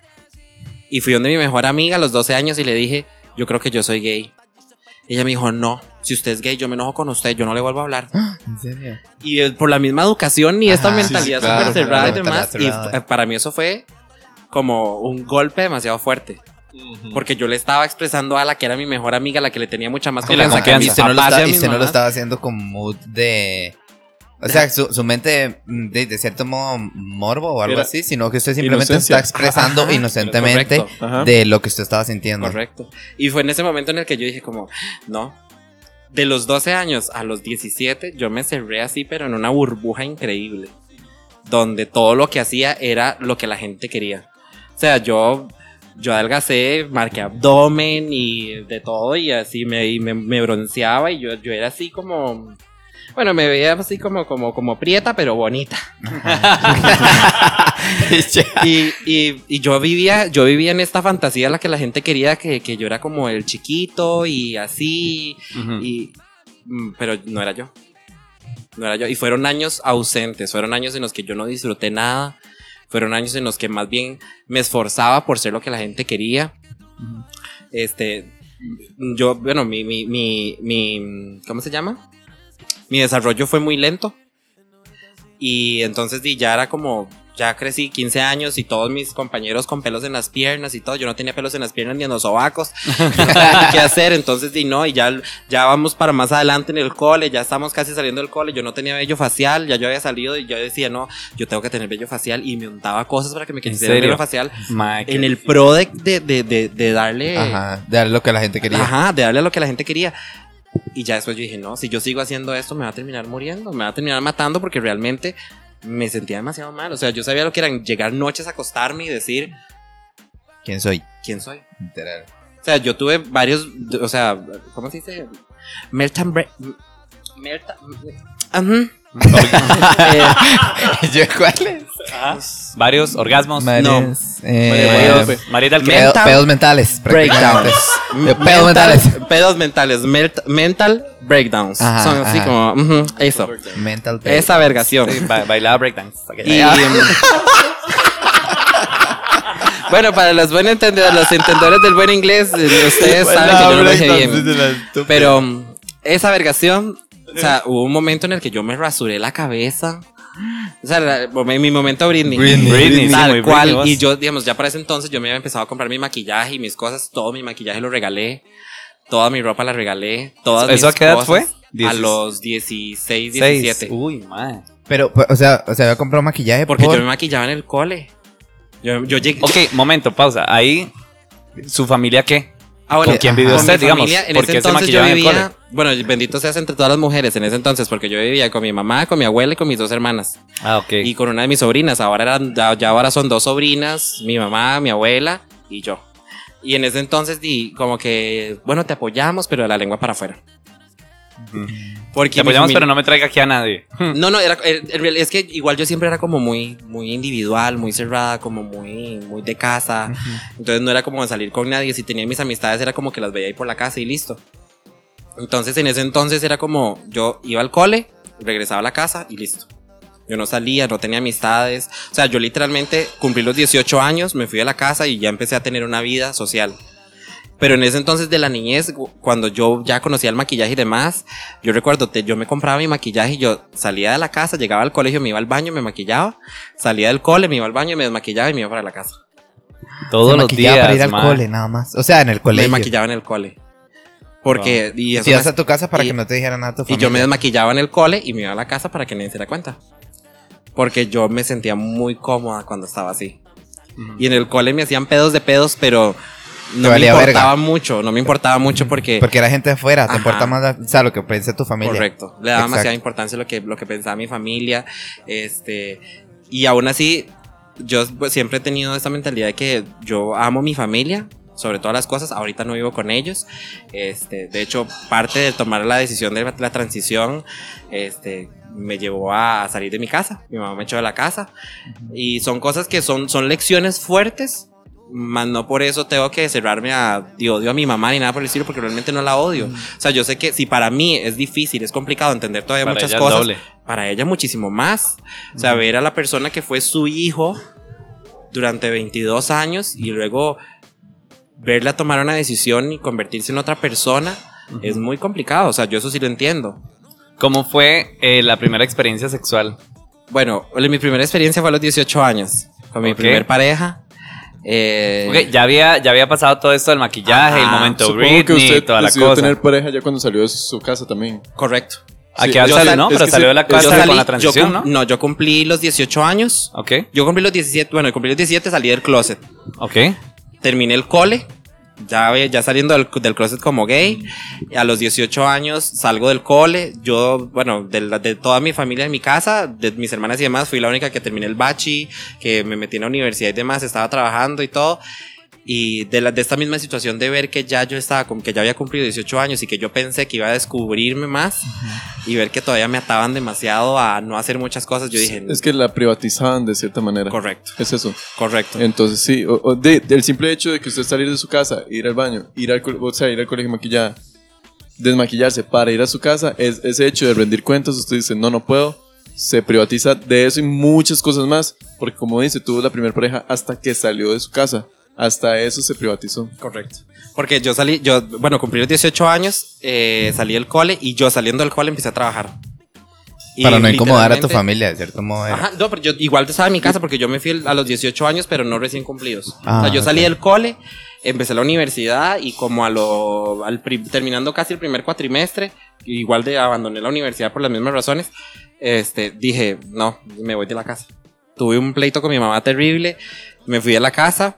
Speaker 3: Y fui donde mi mejor amiga a los doce años y le dije, yo creo que yo soy gay. Y ella me dijo, no, si usted es gay, yo me enojo con usted, yo no le vuelvo a hablar.
Speaker 6: ¿En serio?
Speaker 3: Y eh, por la misma educación y esta
Speaker 6: Ajá,
Speaker 3: mentalidad
Speaker 6: sí, sí, claro,
Speaker 3: súper cerrada y
Speaker 6: claro,
Speaker 3: demás. Y
Speaker 6: cerrada.
Speaker 3: eh, para mí eso fue como un golpe demasiado fuerte. Porque yo le estaba expresando a la que era mi mejor amiga, a la que le tenía mucha más
Speaker 5: Y la
Speaker 3: confianza que a
Speaker 6: Y
Speaker 3: mis
Speaker 5: confianza.
Speaker 6: usted no lo,
Speaker 3: papás y
Speaker 6: está-
Speaker 3: a
Speaker 6: y
Speaker 3: mis
Speaker 6: usted no lo
Speaker 3: mamás.
Speaker 6: estaba haciendo con mood de... O sea, su, su mente de, de cierto modo morbo o algo
Speaker 4: Era
Speaker 6: así, sino que usted simplemente
Speaker 4: inocencia.
Speaker 6: está expresando
Speaker 3: Ajá,
Speaker 6: inocentemente
Speaker 3: correcto.
Speaker 4: Ajá.
Speaker 6: de lo que usted estaba sintiendo.
Speaker 3: Correcto. Y fue en ese momento en el que yo dije como, no. De los doce años a los diecisiete, yo me cerré así, pero en una burbuja increíble. Donde todo lo que hacía era lo que la gente quería. O sea, yo, yo adelgacé, marqué abdomen y de todo, y así me, y me, me bronceaba, y yo, yo era así como... Bueno, me veía así como, como, como prieta, pero bonita. y, y, y yo vivía, yo vivía en esta fantasía en la que la gente quería que, que yo era como el chiquito y así.
Speaker 5: Ujú.
Speaker 3: Y, mm, pero no era yo. No era yo. Y fueron años ausentes, fueron años en los que yo no disfruté nada. Fueron años en los que más bien me esforzaba por ser lo que la gente quería. Este, yo, bueno, mi, mi, mi, mi, ¿cómo se llama? Mi desarrollo fue muy lento. Y entonces di, ya era como, ya crecí quince años y todos mis compañeros con pelos en las piernas y todo. Yo no tenía pelos en las piernas ni en los sobacos. Yo no sabía qué hacer. Entonces di, no, y ya, ya vamos para más adelante en el cole. Ya estamos casi saliendo del cole. Yo no tenía vello facial. Ya yo había salido y yo decía, no, yo tengo que tener vello facial. Y me untaba cosas para que me quisiera el
Speaker 5: serio?
Speaker 3: vello facial.
Speaker 5: Mae, qué
Speaker 3: En el
Speaker 5: difícil.
Speaker 3: pro de, de, de, de, de darle...
Speaker 6: Ajá, de dar lo que la gente quería.
Speaker 3: Ajá, de darle a lo que la gente quería. Y ya después yo dije, no, si yo sigo haciendo esto me va a terminar muriendo, me va a terminar matando porque realmente me sentía demasiado mal. O sea, yo sabía lo que eran llegar noches a acostarme y decir,
Speaker 6: ¿Quién soy?
Speaker 3: ¿quién soy?
Speaker 6: Literal.
Speaker 3: O sea, yo tuve varios, o sea, ¿cómo se dice? Melton Bre... Melton... Ajá. Eh,
Speaker 6: ¿Yo cuál es?
Speaker 5: Ajá. Varios orgasmos.
Speaker 6: Varios, eh,
Speaker 5: Pedos, Marieta al que-
Speaker 6: pedo-
Speaker 2: Mental
Speaker 6: pedos mentales. prácticamente.
Speaker 2: breakdowns.
Speaker 6: De pedos mentales.
Speaker 3: Pedos mentales. melt- mental breakdowns.
Speaker 6: Ajá,
Speaker 3: Son así
Speaker 6: ajá.
Speaker 3: como. ujú, eso.
Speaker 6: Mental pedos.
Speaker 3: Esa vergación.
Speaker 5: Sí, ba- bailaba breakdance.
Speaker 3: Y, em, bueno, para los buenos entendedores, los entendedores del buen inglés, eh, ustedes saben que yo no lo dije bien. Pero um, esa vergación, o sea, hubo un momento en el que yo me rasuré la cabeza. O sea, la- mi momento Britney.
Speaker 6: Britney.
Speaker 5: Britney, sí,
Speaker 3: Tal
Speaker 5: muy
Speaker 3: cual.
Speaker 5: Britney, vos.
Speaker 3: Y yo, digamos, ya para ese entonces yo me había empezado a comprar mi maquillaje y mis cosas. Todo mi maquillaje lo regalé. Toda mi ropa la regalé. Todas
Speaker 5: ¿Eso
Speaker 3: mis
Speaker 5: a qué edad
Speaker 3: cosas.
Speaker 5: fue?
Speaker 3: A
Speaker 5: Diez-
Speaker 3: los dieciséis,
Speaker 5: Seis.
Speaker 3: diecisiete.
Speaker 5: Uy, madre.
Speaker 6: Pero, pues, o sea, o sea, había comprado maquillaje
Speaker 3: Porque
Speaker 6: por...
Speaker 3: yo me maquillaba en el cole. Yo, yo llegué.
Speaker 5: Ok, momento, pausa. Ahí, ¿su familia qué?
Speaker 3: Ah, bueno,
Speaker 5: ¿Con quién
Speaker 6: ajá.
Speaker 5: vivió
Speaker 3: con
Speaker 5: usted,
Speaker 3: mi
Speaker 5: digamos?
Speaker 3: familia, en
Speaker 5: ¿Por
Speaker 3: ese
Speaker 5: qué se
Speaker 3: entonces yo
Speaker 5: maquillaba en el
Speaker 3: vivía, bueno, bendito seas entre todas las mujeres en ese entonces, porque yo vivía con mi mamá, con mi abuela y con mis dos hermanas.
Speaker 5: Ah, ok.
Speaker 3: Y con una de mis sobrinas. Ahora eran, ya ya ahora son dos sobrinas, mi mamá, mi abuela y yo. Y en ese entonces di como que, bueno, te apoyamos, pero de la lengua para afuera.
Speaker 5: Ujú.
Speaker 3: Porque
Speaker 5: Te
Speaker 3: mi
Speaker 5: apoyamos,
Speaker 3: familia-
Speaker 5: pero no me traiga aquí a nadie.
Speaker 3: No, no, era, er- en realidad es que igual yo siempre era como muy, muy individual, muy cerrada, como muy, muy de casa. Entonces no era como de salir con nadie. Si tenía mis amistades era como que las veía ahí por la casa y listo. Entonces en ese entonces era como yo iba al cole, regresaba a la casa y listo. Yo no salía, no tenía amistades. O sea, yo literalmente cumplí los dieciocho años, me fui a la casa y ya empecé a tener una vida social. Pero en ese entonces de la niñez, cu- cuando yo ya conocía el maquillaje y demás, yo recuerdo, te- yo me compraba mi maquillaje y yo salía de la casa, llegaba al colegio, me iba al baño, me maquillaba, salía del cole, me iba al baño, me desmaquillaba y me iba para la casa.
Speaker 5: Todos
Speaker 6: Se
Speaker 5: los
Speaker 6: maquillaba
Speaker 5: días,
Speaker 6: para ir al
Speaker 5: ma.
Speaker 6: cole, nada más. O sea, en el colegio.
Speaker 3: Me maquillaba en el cole. Porque, y, eso
Speaker 6: Si ibas
Speaker 3: me-
Speaker 6: a tu casa para
Speaker 3: y-
Speaker 6: que no te dijeran nada a tu
Speaker 3: y
Speaker 6: familia.
Speaker 3: yo me desmaquillaba en el cole y me iba a la casa para que nadie se diera cuenta. Porque yo me sentía muy cómoda cuando estaba así.
Speaker 5: Ujú.
Speaker 3: Y en el cole me hacían pedos de pedos, pero no me
Speaker 6: valía
Speaker 3: importaba
Speaker 6: verga.
Speaker 3: mucho, no me importaba mucho porque...
Speaker 6: Porque era gente de afuera, te
Speaker 3: Ajá.
Speaker 6: importa más, la- o sea, lo que piense tu familia.
Speaker 3: Correcto. Le daba
Speaker 6: Exacto.
Speaker 3: demasiada importancia a lo que, lo que pensaba mi familia. Este, y aún así, yo pues, siempre he tenido esta mentalidad de que yo amo mi familia sobre todas las cosas. Ahorita no vivo con ellos. Este, de hecho, parte de tomar la decisión de la, la transición, este, me llevó a salir de mi casa. Mi mamá me echó de la casa. Y son cosas que son, son lecciones fuertes. Más no por eso tengo que cerrarme a y odio a mi mamá ni nada por el estilo, porque realmente no la odio. O sea, yo sé que si para mí es difícil, es complicado entender todavía
Speaker 5: Para
Speaker 3: muchas
Speaker 5: ella es
Speaker 3: cosas,
Speaker 5: doble.
Speaker 3: para ella muchísimo más. O sea, ver a la persona que fue su hijo durante veintidós años y luego verla tomar una decisión y convertirse en otra persona es muy complicado. O sea, yo eso sí lo entiendo.
Speaker 5: ¿Cómo fue eh, la primera experiencia sexual?
Speaker 3: Bueno, mi primera experiencia fue a los dieciocho años con mi
Speaker 5: Ok.
Speaker 3: primer pareja. Eh,
Speaker 5: Ok, ya había, ya había pasado todo esto del maquillaje,
Speaker 3: Ajá.
Speaker 5: el momento
Speaker 4: Supongo
Speaker 5: Britney,
Speaker 4: que usted
Speaker 5: toda la
Speaker 4: decidió
Speaker 5: cosa.
Speaker 4: tener pareja ya cuando salió de su casa también.
Speaker 3: Correcto.
Speaker 5: ¿A
Speaker 4: Sí,
Speaker 5: qué edad
Speaker 3: yo
Speaker 5: salió?
Speaker 3: sal-
Speaker 5: No,
Speaker 4: es
Speaker 5: pero
Speaker 4: que
Speaker 5: salió
Speaker 4: sí,
Speaker 5: de la
Speaker 4: yo
Speaker 5: casa
Speaker 3: salí-
Speaker 5: con la
Speaker 3: yo
Speaker 5: transición,
Speaker 3: cum-
Speaker 5: ¿no?
Speaker 3: No, yo cumplí los dieciocho años.
Speaker 5: Ok,
Speaker 3: Yo cumplí los diecisiete, bueno, cumplí los diecisiete, salí del closet.
Speaker 5: ok.
Speaker 3: Terminé el cole, ya, había- ya saliendo del, del closet como gay. A los dieciocho años salgo del cole. Yo, bueno, de, la- de toda mi familia en mi casa, de mis hermanas y demás, fui la única que terminé el bachi, que me metí en la universidad y demás, estaba trabajando y todo. Y de, la, de esta misma situación de ver que ya yo estaba, como que ya había cumplido dieciocho años y que yo pensé que iba a descubrirme más y ver que todavía me ataban demasiado a no hacer muchas cosas, yo dije,
Speaker 4: Es que la privatizaban de cierta manera.
Speaker 3: correcto,
Speaker 4: Es eso.
Speaker 3: correcto.
Speaker 4: Entonces sí, o, o de, del simple hecho de que usted salir de su casa, ir al baño, ir al, co- o sea, ir al colegio maquillada, desmaquillarse para ir a su casa, es, ese hecho de rendir cuentas, usted dice, no, no puedo, se privatiza de eso y muchas cosas más, porque como dice, tuvo la primera pareja hasta que salió de su casa, hasta eso se privatizó.
Speaker 3: Correcto. Porque yo salí, yo, bueno, cumplí los dieciocho años, eh, salí del cole y yo saliendo del cole empecé a trabajar. Y
Speaker 6: Para no incomodar a tu
Speaker 3: literalmente-
Speaker 6: familia, de cierto modo. era.
Speaker 3: Ajá, no, pero yo igual estaba en mi casa porque yo me fui a los dieciocho años, pero no recién cumplidos.
Speaker 6: Ah,
Speaker 3: o sea, yo salí
Speaker 6: ok.
Speaker 3: del cole, empecé la universidad y como a lo, al pri- terminando casi el primer cuatrimestre, igual de abandoné la universidad por las mismas razones, este, dije, no, me voy de la casa. Tuve un pleito con mi mamá terrible, me fui de la casa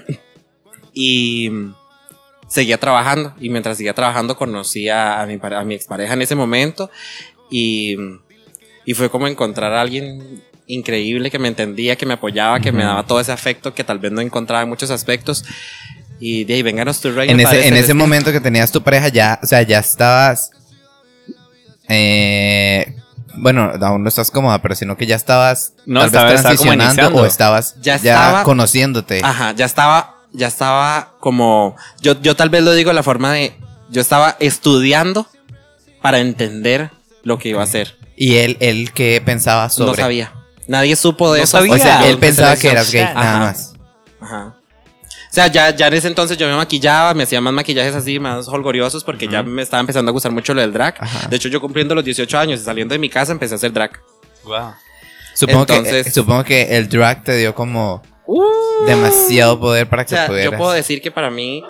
Speaker 3: y seguía trabajando. Y mientras seguía trabajando conocí a, a, mi, pare- a mi expareja en ese momento y, y fue como encontrar a alguien increíble que me entendía, que me apoyaba, que me daba todo ese afecto que tal vez no encontraba en muchos aspectos. Y de ahí, vénganos tu reino.
Speaker 6: En
Speaker 3: Padre
Speaker 6: ese, en ese
Speaker 3: Celestial.
Speaker 6: momento que tenías tu pareja ya, o sea, ya estabas, eh, bueno, aún no estás cómoda, pero sino que ya estabas
Speaker 5: No,
Speaker 6: tal
Speaker 5: estaba-
Speaker 6: vez
Speaker 5: estaba como
Speaker 6: transicionando
Speaker 5: iniciando.
Speaker 6: o estabas
Speaker 3: Ya
Speaker 6: ya,
Speaker 3: estaba-
Speaker 6: conociéndote.
Speaker 3: Ajá, ya estaba, ya estaba como, yo, yo tal vez lo digo de la forma de, yo estaba estudiando para entender lo que iba a hacer.
Speaker 6: Y él, él ¿qué pensaba sobre?
Speaker 3: No sabía. Nadie supo de
Speaker 5: No
Speaker 3: eso.
Speaker 5: sabía.
Speaker 6: O sea, él
Speaker 3: Desde
Speaker 6: pensaba
Speaker 3: la
Speaker 6: que eras gay,
Speaker 3: Ajá.
Speaker 6: nada más.
Speaker 3: Ajá. O sea, ya, ya en ese entonces yo me maquillaba, me hacía más maquillajes así, más holgoriosos, porque ya me estaba empezando a gustar mucho lo del drag.
Speaker 6: Ajá.
Speaker 3: De hecho, yo cumpliendo los dieciocho años y saliendo de mi casa empecé a hacer drag.
Speaker 5: Wow.
Speaker 6: Supongo,
Speaker 3: Entonces-
Speaker 6: que, eh, supongo que el drag te dio como
Speaker 3: Uh.
Speaker 6: demasiado poder para
Speaker 3: O
Speaker 6: que
Speaker 3: sea,
Speaker 6: pudieras.
Speaker 3: yo puedo decir que para mí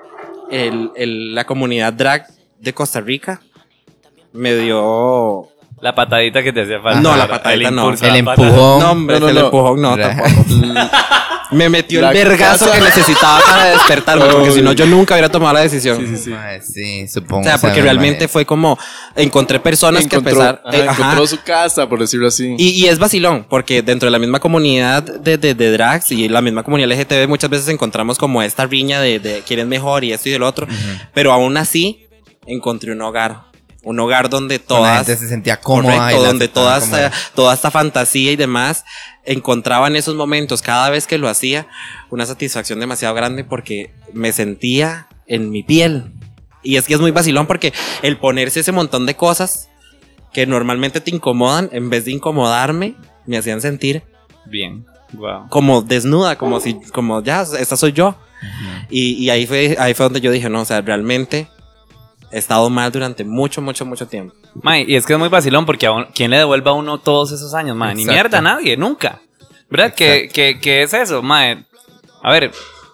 Speaker 3: el, el- la comunidad drag de Costa Rica me dio...
Speaker 5: La patadita que te hacía falta.
Speaker 3: No, la
Speaker 5: ¿verdad?
Speaker 3: patadita
Speaker 5: El
Speaker 3: no.
Speaker 5: impulso,
Speaker 6: El
Speaker 5: la patada.
Speaker 6: empujón.
Speaker 3: No, hombre,
Speaker 4: no, no,
Speaker 3: el
Speaker 4: no.
Speaker 3: empujón no,
Speaker 6: Drag.
Speaker 3: tampoco. Me metió
Speaker 4: La
Speaker 3: el vergazo
Speaker 4: casa-
Speaker 3: que necesitaba para despertarme, porque si no yo nunca hubiera tomado la decisión.
Speaker 4: Sí, sí, sí.
Speaker 6: Mae, sí, supongo.
Speaker 3: O sea, porque
Speaker 6: me
Speaker 3: realmente
Speaker 6: imagino.
Speaker 3: fue como encontré personas que a
Speaker 4: Encontró,
Speaker 3: pesar
Speaker 4: ajá,
Speaker 3: eh, ajá.
Speaker 4: encontró su casa, por decirlo así.
Speaker 3: Y, y es vacilón, porque dentro de la misma comunidad de, de, de drags y la misma comunidad L G T B muchas veces encontramos como esta riña de, de quién es mejor y esto y del otro, pero aún así encontré un hogar, un hogar donde
Speaker 6: La
Speaker 3: todas
Speaker 6: gente se sentía cómoda.
Speaker 3: correcto,
Speaker 6: y la
Speaker 3: donde
Speaker 6: aceptaban
Speaker 3: toda
Speaker 6: como
Speaker 3: esta,
Speaker 6: era.
Speaker 3: toda esta fantasía y demás encontraba en esos momentos, cada vez que lo hacía, una satisfacción demasiado grande porque me sentía en mi piel. Y es que es muy vacilón porque el ponerse ese montón de cosas que normalmente te incomodan, en vez de incomodarme, me hacían sentir
Speaker 5: Bien. Wow.
Speaker 3: como desnuda, como si, como ya, esta soy yo. Y, y ahí fue, ahí fue donde yo dije, no, o sea, realmente he estado mal durante mucho, mucho, mucho tiempo.
Speaker 5: Mae, y es que es muy vacilón porque a uno- ¿quién le devuelve a uno todos esos años, mae? Ni
Speaker 6: Exacto.
Speaker 5: mierda, nadie, nunca. ¿Verdad? ¿Qué, qué, qué es eso, mae? A ver,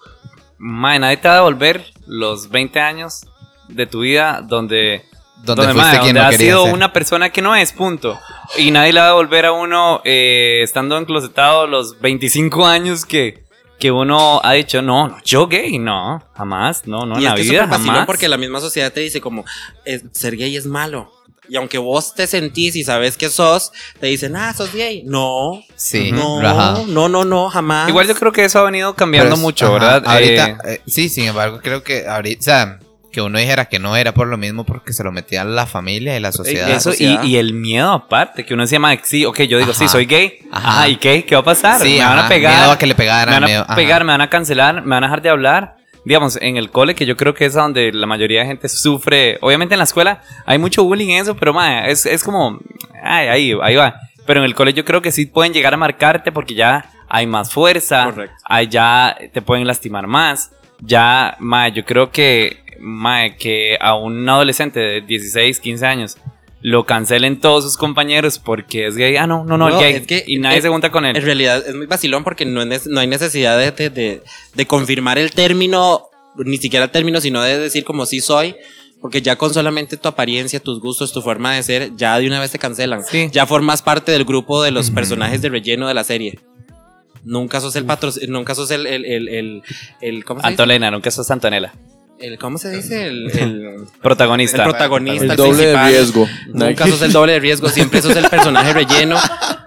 Speaker 5: mae, nadie te va a devolver los veinte años de tu vida donde...
Speaker 6: Donde
Speaker 5: donde,
Speaker 6: fuiste
Speaker 5: mae,
Speaker 6: quien
Speaker 5: donde
Speaker 6: no
Speaker 5: has
Speaker 6: quería
Speaker 5: sido
Speaker 6: ser.
Speaker 5: una persona que no es, punto. Y nadie le va a devolver a uno eh, estando enclosetado los veinticinco años que, que uno ha dicho, no, no, yo gay, no, jamás, no, no, en
Speaker 3: y es
Speaker 5: la
Speaker 3: que es
Speaker 5: vida,
Speaker 3: súper vacilón
Speaker 5: jamás.
Speaker 3: porque la misma sociedad te dice como, es- ser gay es malo. Y aunque vos te sentís y sabes que sos, te dicen, ah, sos gay. No,
Speaker 6: Sí,
Speaker 3: no,
Speaker 6: ajá.
Speaker 3: no, no, no, jamás.
Speaker 5: Igual yo creo que eso ha venido cambiando
Speaker 6: Pero es-
Speaker 5: mucho,
Speaker 6: ajá,
Speaker 5: ¿verdad?
Speaker 6: Ahorita,
Speaker 5: Eh,
Speaker 6: eh, sí, sin embargo, creo que ahorita, o sea, que uno dijera que no era por lo mismo porque se lo metía la familia y la sociedad.
Speaker 5: Eso, y,
Speaker 3: sociedad.
Speaker 5: y el miedo aparte, que uno decía, "Mae, sí, ok, yo digo, sí,
Speaker 6: Ajá.
Speaker 5: soy gay.
Speaker 6: Ajá.
Speaker 5: Ajá, ¿y qué? ¿Qué va a pasar?
Speaker 6: Sí,
Speaker 5: me van
Speaker 6: ajá,
Speaker 5: a pegar.
Speaker 6: miedo a que le pegaran,
Speaker 5: Me van a
Speaker 6: miedo- ajá.
Speaker 5: pegar, me van a cancelar, me van a dejar de hablar. Digamos, en el cole, que yo creo que es a donde la mayoría de gente sufre. Obviamente en la escuela hay mucho bullying en eso, pero mae, es, es como, ay, ahí, ahí va. Pero en el cole yo creo que sí pueden llegar a marcarte porque ya hay más fuerza.
Speaker 3: Correcto.
Speaker 5: Ahí ya te pueden lastimar más. Ya, mae, yo creo que, mae, que a un adolescente de dieciséis, quince años lo cancelen todos sus compañeros porque es gay. Ah, no, no, no,
Speaker 3: No,
Speaker 5: el gay.
Speaker 3: es que-
Speaker 5: y nadie
Speaker 3: es-
Speaker 5: se junta con él.
Speaker 3: En realidad es muy vacilón porque no, es nece- no hay necesidad de, de, de- de confirmar el término, ni siquiera el término, sino de decir como sí soy. Porque ya con solamente tu apariencia, tus gustos, tu forma de ser, ya de una vez te cancelan.
Speaker 5: Sí.
Speaker 3: Ya formas parte del grupo de los personajes de relleno de la serie. Nunca sos el patro, nunca sos el, el, el, el, el- ¿cómo se dice?
Speaker 5: Antonella, nunca sos Antonella.
Speaker 3: El, ¿Cómo se dice? El, el,
Speaker 5: Protagonista.
Speaker 3: el protagonista,
Speaker 4: El
Speaker 3: el
Speaker 4: doble de
Speaker 3: principal.
Speaker 4: riesgo.
Speaker 3: Nunca sos el doble de riesgo, siempre sos el personaje relleno.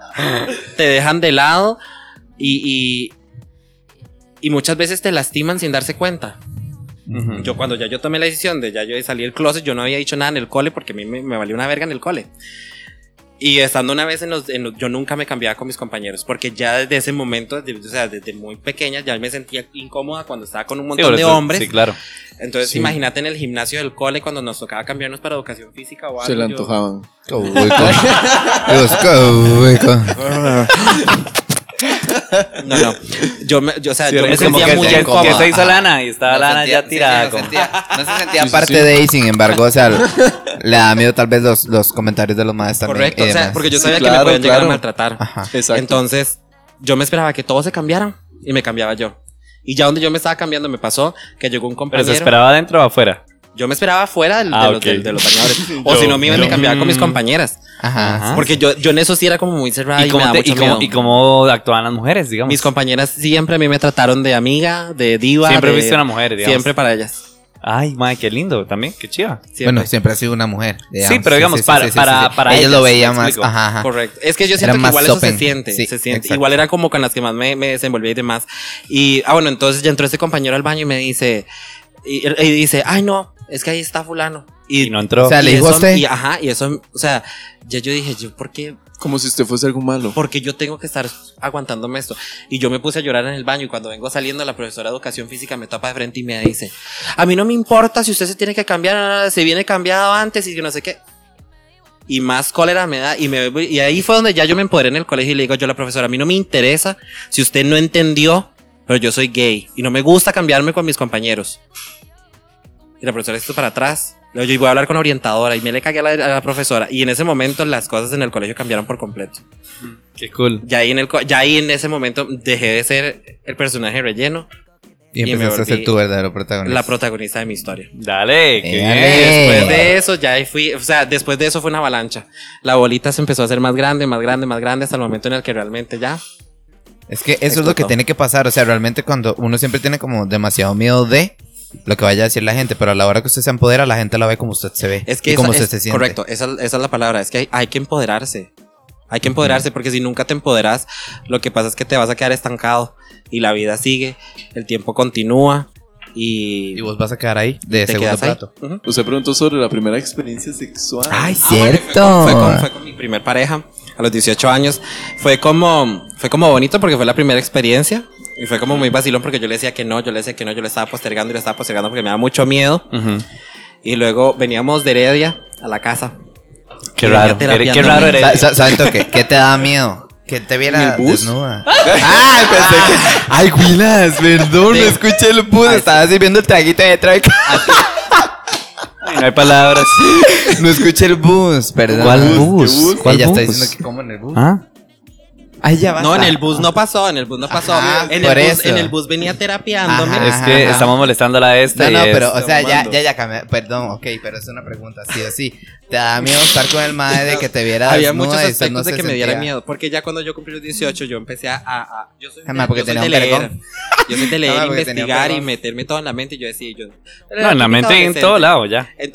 Speaker 3: Te dejan de lado y, y, y muchas veces te lastiman sin darse cuenta.
Speaker 5: Ujú.
Speaker 3: Yo cuando ya yo tomé la decisión de ya yo salí del closet, yo no había dicho nada en el cole porque a mí me, me valió una verga en el cole. Y estando una vez en los, en los- yo nunca me cambiaba con mis compañeros porque ya desde ese momento, desde, o sea, desde muy pequeña ya me sentía incómoda cuando estaba con un
Speaker 5: Sí,
Speaker 3: montón
Speaker 5: por
Speaker 3: de
Speaker 5: eso-
Speaker 3: hombres.
Speaker 5: Sí, claro.
Speaker 3: Entonces
Speaker 4: Sí.
Speaker 3: imagínate en el gimnasio del cole cuando nos tocaba cambiarnos para educación física o algo.
Speaker 4: Se le
Speaker 3: yo-
Speaker 4: antojaban.
Speaker 6: Qué hueco. Dios, qué hueco.
Speaker 3: No, no. Yo, me, yo, o sea,
Speaker 4: Sí,
Speaker 3: yo
Speaker 4: era
Speaker 3: me
Speaker 4: como
Speaker 3: sentía
Speaker 5: que,
Speaker 3: muy
Speaker 5: que-
Speaker 6: incómoda.
Speaker 5: que
Speaker 3: incómoda.
Speaker 5: se hizo lana y estaba
Speaker 6: No
Speaker 5: lana
Speaker 6: sentía-
Speaker 5: ya tirada.
Speaker 6: sí, no,
Speaker 5: como-
Speaker 6: sentía, no se sentía
Speaker 4: Sí, sí,
Speaker 6: parte
Speaker 4: sí.
Speaker 6: de y sin embargo, o sea, le da miedo tal vez los, los comentarios de los maestros también.
Speaker 3: Correcto,
Speaker 6: y
Speaker 3: o sea,
Speaker 6: demás.
Speaker 3: porque yo
Speaker 4: Sí,
Speaker 3: sabía que
Speaker 4: claro,
Speaker 3: me podían llegar
Speaker 4: claro.
Speaker 3: a maltratar.
Speaker 6: Ajá.
Speaker 4: Exacto.
Speaker 3: Entonces, yo me esperaba que todos se cambiaran y me cambiaba yo. Y ya donde yo me estaba cambiando me pasó que llegó un
Speaker 5: Pero
Speaker 3: compañero.
Speaker 5: se esperaba adentro o afuera.
Speaker 3: Yo me esperaba fuera del-
Speaker 5: Ah,
Speaker 3: de, los,
Speaker 5: ok.
Speaker 3: de- de los bañadores. O
Speaker 5: Yo-
Speaker 3: si no, me iba y me
Speaker 5: yo-
Speaker 3: cambiaba con mis
Speaker 5: mm.
Speaker 3: compañeras.
Speaker 6: Ajá.
Speaker 5: Ajá.
Speaker 3: Porque yo, yo en eso sí era como muy cerrada y,
Speaker 5: ¿Y
Speaker 3: me
Speaker 5: cómo,
Speaker 3: daba
Speaker 5: te-
Speaker 3: mucho
Speaker 5: y, cómo,
Speaker 3: miedo.
Speaker 5: ¿Y cómo actuaban las mujeres, digamos?
Speaker 3: Mis compañeras siempre a mí me trataron de amiga, de diva.
Speaker 5: Siempre
Speaker 3: de-
Speaker 5: fuiste una mujer, digamos.
Speaker 3: Siempre para ellas.
Speaker 5: Ay, madre, qué lindo también, qué chiva.
Speaker 3: Siempre.
Speaker 6: Bueno, siempre ha sido una mujer.
Speaker 5: Sí, pero digamos, para- para- para
Speaker 6: Ella
Speaker 5: ellas,
Speaker 6: lo veía
Speaker 5: me
Speaker 6: más.
Speaker 5: explico.
Speaker 6: Ajá, ajá.
Speaker 3: Correcto. Es que yo
Speaker 6: Era
Speaker 3: siento que
Speaker 6: más
Speaker 3: igual eso se
Speaker 6: open.
Speaker 3: siente.
Speaker 6: Sí,
Speaker 3: se siente.
Speaker 6: exacto.
Speaker 3: Igual era como con las que más me, me desenvolví y demás. Y, ah, bueno, entonces ya entró este compañero al baño y me dice, y, y dice, ay, no, es que ahí está fulano. Y,
Speaker 5: Y no entró.
Speaker 6: O sea, le
Speaker 3: y
Speaker 6: dijo a
Speaker 3: eso-
Speaker 6: usted.
Speaker 3: y, ajá, y eso, o sea, ya yo dije, yo, ¿por qué?
Speaker 4: Como si usted fuese algo malo.
Speaker 3: Porque yo tengo que estar aguantándome esto. Y yo me puse a llorar en el baño y cuando vengo saliendo la profesora de educación física me tapa de frente y me dice, a mí no me importa si usted se tiene que cambiar, se viene cambiado antes y que no sé qué. Y más cólera me da y, me, y ahí fue donde ya yo me empoderé en el colegio y le digo yo a la profesora, a mí no me interesa si usted no entendió, pero yo soy gay y no me gusta cambiarme con mis compañeros. Y la profesora esto para atrás. Luego yo voy a hablar con la orientadora y me le cagué a la, a la profesora. Y en ese momento las cosas en el colegio cambiaron por completo.
Speaker 5: Qué cool.
Speaker 3: Ya ahí en, el, co- ya ahí en ese momento dejé de ser el personaje relleno,
Speaker 6: Y
Speaker 3: y me
Speaker 6: empezaste a ser
Speaker 3: volví
Speaker 6: tu verdadero protagonista.
Speaker 3: la protagonista de mi historia.
Speaker 5: Dale, qué
Speaker 6: Eh,
Speaker 5: bien.
Speaker 6: dale.
Speaker 3: Después de eso ya ahí fui, o sea, después de eso fue una avalancha. La bolita se empezó a hacer más grande, más grande, más grande hasta el momento en el que realmente ya.
Speaker 6: Es que eso es lo que
Speaker 3: Explotó.
Speaker 6: tiene que pasar. O sea, realmente cuando uno siempre tiene como demasiado miedo de lo que vaya a decir la gente, pero a la hora que usted se empodera, la gente la ve como usted se ve.
Speaker 3: Es que
Speaker 6: y
Speaker 3: esa-
Speaker 6: como usted
Speaker 3: es-
Speaker 6: se siente.
Speaker 3: correcto, esa, esa es la palabra, es que hay, hay que empoderarse. Hay que empoderarse porque si nunca te empoderas, lo que pasa es que te vas a quedar estancado y la vida sigue, el tiempo continúa y,
Speaker 6: Y vos vas a quedar ahí de
Speaker 3: te
Speaker 6: segundo
Speaker 3: quedas ahí.
Speaker 6: plato.
Speaker 3: Ujú.
Speaker 4: Usted preguntó sobre la primera experiencia sexual.
Speaker 6: Ay,
Speaker 3: Ah, bueno,
Speaker 6: cierto.
Speaker 3: fue, con, fue con- fue con mi primer pareja a los dieciocho años. Fue como, fue como bonito porque fue la primera experiencia. Y fue como muy vacilón porque yo le decía que no, yo le decía que no, yo le estaba postergando y le estaba postergando porque me daba mucho miedo.
Speaker 5: Ujú.
Speaker 3: Y luego veníamos de Heredia a la casa.
Speaker 5: Qué
Speaker 3: Y venía
Speaker 5: raro.
Speaker 3: terapiándome.
Speaker 5: Qué raro
Speaker 6: Sa-
Speaker 5: eres.
Speaker 6: sa- ¿Saben toque? ¿Qué te da miedo? Que te viera
Speaker 3: ¿En el bus?
Speaker 6: desnuda. Ay, pensé que. Ay, Willas, perdón,
Speaker 3: Sí.
Speaker 6: no escuché el bus. Estaba sirviendo el traguito de track.
Speaker 5: Ay, no hay palabras.
Speaker 6: No escuché el bus, perdón.
Speaker 5: ¿Cuál
Speaker 4: bus?
Speaker 5: bus?
Speaker 4: ¿Qué bus?
Speaker 5: ¿Cuál
Speaker 6: Ella está
Speaker 5: bus?
Speaker 6: diciendo que como en el bus.
Speaker 5: ¿Ah?
Speaker 6: Ay, ya va.
Speaker 3: No, en el bus no pasó, en el bus no pasó.
Speaker 6: Ajá,
Speaker 3: en,
Speaker 6: por
Speaker 3: el bus,
Speaker 6: eso.
Speaker 3: en el bus venía terapiándome.
Speaker 6: Ajá.
Speaker 5: Es que estamos molestándola a esta.
Speaker 6: No, no,
Speaker 5: y
Speaker 6: pero,
Speaker 5: es-
Speaker 6: o sea, ya,
Speaker 4: mamando.
Speaker 6: ya, ya cambié. Perdón, ok, pero es una pregunta, sí o sí. ¿Te da miedo estar con el madre de que te viera
Speaker 3: Había
Speaker 6: desnuda
Speaker 3: muchos
Speaker 6: y usted
Speaker 3: aspectos
Speaker 6: no
Speaker 3: de
Speaker 6: se
Speaker 3: que me diera
Speaker 6: sentía?
Speaker 3: miedo. Porque ya cuando yo cumplí los dieciocho, yo empecé a. a- a- yo soy,
Speaker 6: Jamás, porque
Speaker 3: yo soy
Speaker 6: tenía
Speaker 3: de
Speaker 6: un
Speaker 3: leer.
Speaker 6: peregón.
Speaker 3: Yo soy de leer,
Speaker 6: Jamás, porque tenía un
Speaker 3: investigar y
Speaker 6: peregón.
Speaker 3: meterme todo en la mente. Y yo decía, yo.
Speaker 5: No, en la mente en todo lado ya.
Speaker 3: Ent-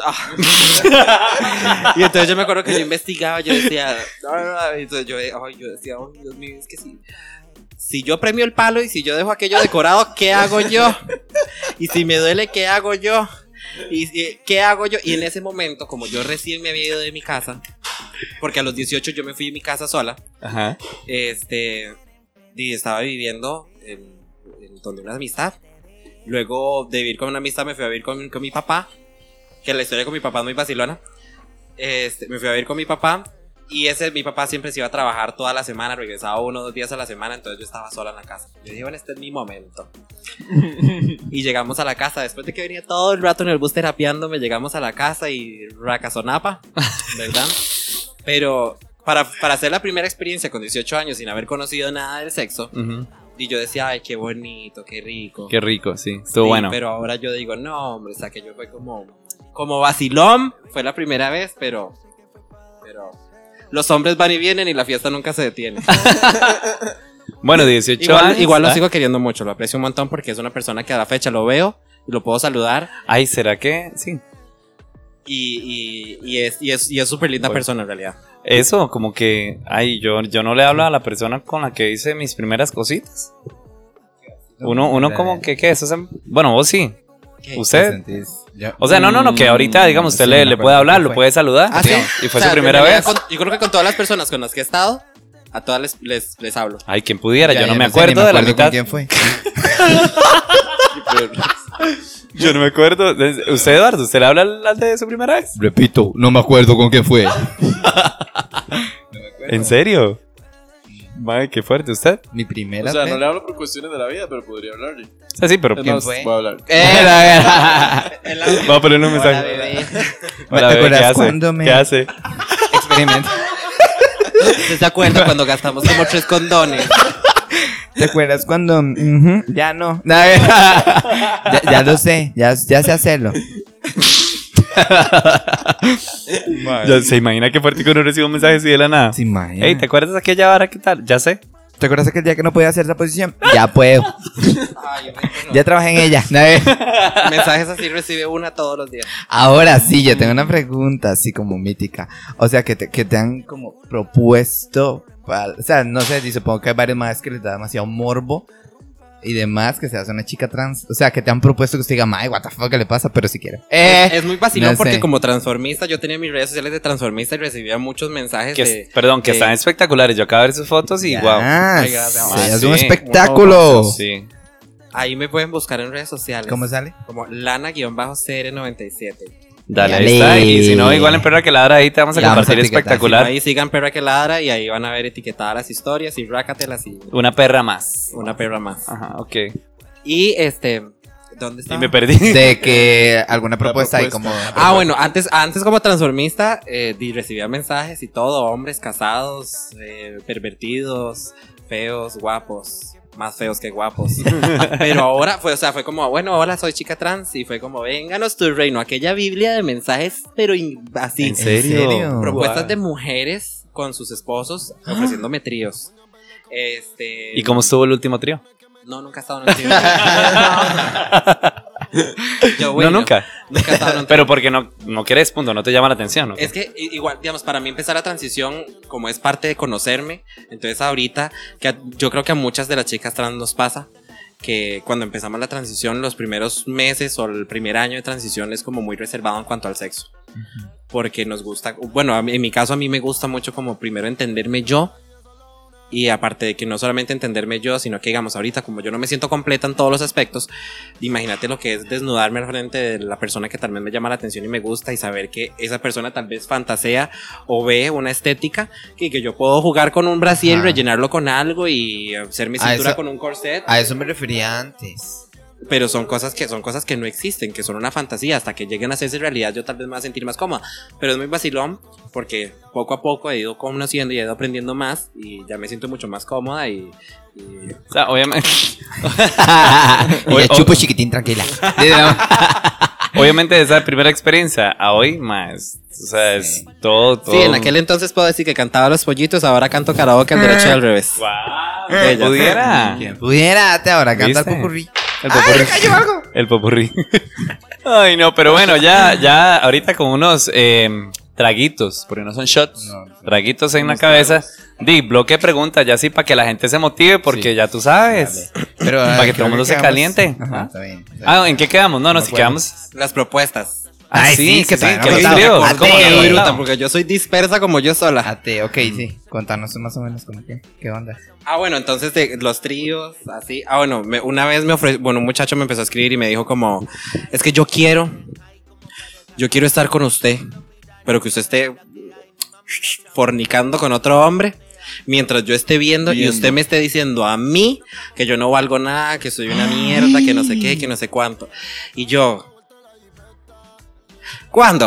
Speaker 3: ah. Y entonces yo me acuerdo que yo investigaba, yo decía, no, no, no, entonces yo, ay, yo decía, oh, Dios mío, es que sí. Si yo premio el palo y si yo dejo aquello decorado, ¿qué hago yo? Y si me duele, ¿qué hago yo? ¿Y si- qué hago yo? Y en ese momento, como yo recién me había ido de mi casa, porque a los dieciocho yo me fui de mi casa sola,
Speaker 5: Ajá.
Speaker 3: este, y estaba viviendo en, en donde una amistad. Luego de vivir con una amistad me fui a vivir con, con mi papá, que la historia con mi papá es muy vacilona. Este, me fui a vivir con mi papá y ese mi papá siempre se iba a trabajar toda la semana, regresaba uno o dos días a la semana, entonces yo estaba sola en la casa. Yo dije, bueno, este es mi momento. Y llegamos a la casa, después de que venía todo el rato en el bus terapiándome, llegamos a la casa y racazonapa, ¿verdad? Pero para, para hacer la primera experiencia con dieciocho años sin haber conocido nada del sexo,
Speaker 5: Ujú.
Speaker 3: y yo decía, ay, qué bonito, qué rico.
Speaker 5: Qué rico, sí. Estuvo
Speaker 3: Sí,
Speaker 5: bueno.
Speaker 3: Pero ahora yo digo, no, hombre, o sea, que yo fue como, como vacilón, fue la primera vez, pero, pero los hombres van y vienen y la fiesta nunca se detiene.
Speaker 5: Bueno, dieciocho
Speaker 3: igual
Speaker 5: años.
Speaker 3: igual lo
Speaker 5: ¿ah?
Speaker 3: sigo queriendo mucho, lo aprecio un montón porque es una persona que a la fecha lo veo y lo puedo saludar
Speaker 5: Ay, ¿será que? Sí.
Speaker 3: y, y, y es y es y es súper linda
Speaker 5: Bueno.
Speaker 3: persona en realidad.
Speaker 5: Eso, como que, ay, yo, yo no le hablo a la persona con la que hice mis primeras cositas. Uno, uno como que, ¿qué? Eso se- bueno, vos sí.
Speaker 3: ¿Qué?
Speaker 5: ¿Usted?
Speaker 6: Yo-
Speaker 5: O sea, no, no, no, que ahorita, digamos, usted
Speaker 6: Sí,
Speaker 5: le,
Speaker 6: me
Speaker 5: le
Speaker 6: acuerdo
Speaker 5: puede
Speaker 6: que
Speaker 5: hablar,
Speaker 6: fue.
Speaker 5: lo puede saludar.
Speaker 3: Ah, sí.
Speaker 5: digamos, y fue
Speaker 3: O sea,
Speaker 5: su primera
Speaker 3: en
Speaker 5: vez.
Speaker 3: realidad, con- yo creo que con todas las personas con las que he estado, a todas les, les, les hablo.
Speaker 5: Ay, quien pudiera,
Speaker 6: Ya,
Speaker 5: yo no
Speaker 6: ya
Speaker 5: me
Speaker 6: sé, ni
Speaker 5: acuerdo de la
Speaker 6: acuerdo
Speaker 5: mitad.
Speaker 6: con quién fue.
Speaker 5: Yo no me acuerdo. ¿Usted, Eduardo, usted le habla al al de su primera vez?
Speaker 6: Repito, no me acuerdo con quién fue.
Speaker 5: ¿En serio? Madre, qué fuerte. ¿Usted?
Speaker 6: Mi primera
Speaker 4: O sea,
Speaker 6: vez.
Speaker 4: no le hablo por cuestiones de la vida, pero podría hablarle.
Speaker 5: O sea, sí, pero.
Speaker 4: Es
Speaker 6: ¿Quién
Speaker 4: más,
Speaker 6: fue?
Speaker 4: voy a hablar.
Speaker 5: Va a ponerle un mensaje.
Speaker 6: Hola, bebé.
Speaker 5: Hola,
Speaker 6: ¿Te
Speaker 5: bebé, ¿qué
Speaker 6: acuerdas
Speaker 5: hace?
Speaker 6: cuando me-
Speaker 5: ¿Qué hace?
Speaker 6: Experimento.
Speaker 3: ¿Usted se acuerda cuando gastamos como tres condones?
Speaker 6: ¿Te acuerdas cuando.? Ujú, ya no. ya, ya lo sé, ya, ya sé hacerlo.
Speaker 5: Ya, ¿se imagina qué fuerte que uno recibe un mensaje así de la nada?
Speaker 6: ¿Se imagina?
Speaker 5: Ey, ¿te acuerdas de aquella vara? ¿Qué tal? Ya sé.
Speaker 6: ¿Te acuerdas aquel día que no podía hacer esa posición? Ya puedo.
Speaker 3: Ay, yo me-
Speaker 6: Ya trabajé en ella.
Speaker 3: Mensajes así recibe una todos los días.
Speaker 6: Ahora sí, yo tengo una pregunta así como mítica. O sea, que te, que te han como propuesto. para- o sea, no sé, y supongo que hay varios más que les da demasiado morbo. y demás, que seas una chica trans. O sea, que te han propuesto que usted diga, mae, what the fuck, ¿qué le pasa? Pero si quiere. Eh,
Speaker 3: Es muy vacilón
Speaker 6: no
Speaker 3: porque
Speaker 6: sé.
Speaker 3: como transformista yo tenía mis redes sociales de transformista y recibía muchos mensajes
Speaker 5: Que-
Speaker 3: de...
Speaker 5: perdón, que
Speaker 3: de-
Speaker 5: están espectaculares. Yo acabo de ver sus fotos y wow.
Speaker 6: Ay,
Speaker 3: gracias.
Speaker 6: sí, es
Speaker 5: Sí,
Speaker 6: un espectáculo.
Speaker 5: Sí.
Speaker 3: Ahí me pueden buscar en redes sociales.
Speaker 6: ¿Cómo sale?
Speaker 3: Como Lana-C R noventa y siete.
Speaker 5: Dale, ahí
Speaker 6: Dale.
Speaker 5: está. Y si no, igual en Perra que Ladra ahí te vamos a
Speaker 6: Ya vamos a
Speaker 5: compartir
Speaker 6: etiquetar.
Speaker 5: espectacular.
Speaker 3: Ahí sigan Perra que Ladra y ahí van a ver etiquetadas las historias y rácatelas y
Speaker 5: Una perra más.
Speaker 3: una perra más.
Speaker 5: Ajá, ok.
Speaker 3: Y este... ¿Dónde
Speaker 5: Y
Speaker 3: está?
Speaker 5: me perdí.
Speaker 6: De que alguna propuesta hay como.
Speaker 3: Ah, bueno, antes, antes como transformista eh, di- recibía mensajes y todo, hombres casados, eh, pervertidos, feos, guapos, más feos que guapos. Pero ahora fue, o sea, fue como, bueno, hola, soy chica trans y fue como, vénganos tu reino, aquella biblia de mensajes, pero in- así.
Speaker 5: ¿En serio?
Speaker 3: Propuestas de mujeres con sus esposos ofreciéndome tríos. Este.
Speaker 5: ¿Y cómo estuvo el último trío?
Speaker 3: No, nunca he estado en un trío. Yo, bueno,
Speaker 5: No, nunca.
Speaker 3: Nunca he estado en un trío.
Speaker 5: Pero porque no, no quieres, punto, no te llama la atención, ¿no?
Speaker 3: Es que i- igual, digamos, para mí empezar la transición, como es parte de conocerme, entonces ahorita, que a- yo creo que a muchas de las chicas trans nos pasa, que cuando empezamos la transición, los primeros meses o el primer año de transición es como muy reservado en cuanto al sexo. Porque nos gusta, bueno, a mí- en mi caso a mí me gusta mucho como primero entenderme yo. Y aparte de que no solamente entenderme yo, sino que digamos ahorita como yo no me siento completa en todos los aspectos, imagínate lo que es desnudarme al frente de la persona que tal vez me llama la atención y me gusta y saber que esa persona tal vez fantasea o ve una estética y que yo puedo jugar con un brasier,
Speaker 6: Ajá.
Speaker 3: rellenarlo con algo y hacer mi
Speaker 6: A
Speaker 3: cintura
Speaker 6: eso-
Speaker 3: con un corset.
Speaker 6: A eso me refería antes.
Speaker 3: Pero son cosas que son cosas que no existen, que son una fantasía. Hasta que lleguen a hacerse realidad, yo tal vez me voy a sentir más cómoda. Pero es muy vacilón porque poco a poco he ido conociendo y he ido aprendiendo más y ya me siento mucho más cómoda y, y-
Speaker 5: O sea, obviamente,
Speaker 6: Y ya chupo chiquitín, tranquila.
Speaker 5: obviamente de esa primera experiencia a hoy, más. O sea, es
Speaker 6: Sí.
Speaker 5: todo, todo.
Speaker 3: Sí, en aquel entonces puedo decir que cantaba los pollitos, ahora canto karaoke al derecho y al revés.
Speaker 5: ¡Wow!
Speaker 3: Bella.
Speaker 5: Pudiera.
Speaker 6: Quien pudiera, date ahora, canta el
Speaker 5: ¿Viste?
Speaker 6: popurrí.
Speaker 5: El popurrí. El popurrí. Ay, no, pero bueno, ya, ya ahorita con unos eh, traguitos, porque no son shots,
Speaker 6: No, no.
Speaker 5: traguitos en la cabeza. Di, bloque de preguntas, ya sí, para que la gente se motive, porque
Speaker 6: Sí.
Speaker 5: ya tú sabes.
Speaker 6: Pero,
Speaker 5: Para
Speaker 6: ay,
Speaker 5: que todo el
Speaker 6: creo
Speaker 5: mundo se
Speaker 6: quedamos-
Speaker 5: caliente.
Speaker 6: Ajá,
Speaker 5: Ajá.
Speaker 6: está bien. está bien.
Speaker 5: Ah, ¿en qué quedamos? No, no,
Speaker 6: No
Speaker 5: si
Speaker 6: puedo.
Speaker 5: quedamos.
Speaker 3: Las propuestas.
Speaker 6: Ay, sí, que
Speaker 5: sí,
Speaker 6: todavía no
Speaker 5: que los
Speaker 6: contamos.
Speaker 5: tríos.
Speaker 6: Ah,
Speaker 5: ¿Cómo
Speaker 6: sí.
Speaker 5: que no
Speaker 3: Muy
Speaker 5: hablado?
Speaker 3: bruta, porque yo soy dispersa como yo sola.
Speaker 6: Ate, ok, sí. Contanos más o menos como que, qué onda.
Speaker 3: Ah, bueno, entonces de los tríos, así. Ah, bueno, me- una vez me ofreció, bueno, un muchacho me empezó a escribir y me dijo como, es que yo quiero, yo quiero estar con usted, pero que usted esté fornicando con otro hombre, mientras yo esté viendo, y
Speaker 4: Viendo.
Speaker 3: usted me esté diciendo a mí que yo no valgo nada, que soy una mierda, que no sé qué, que no sé cuánto. Y yo, ¿cuándo?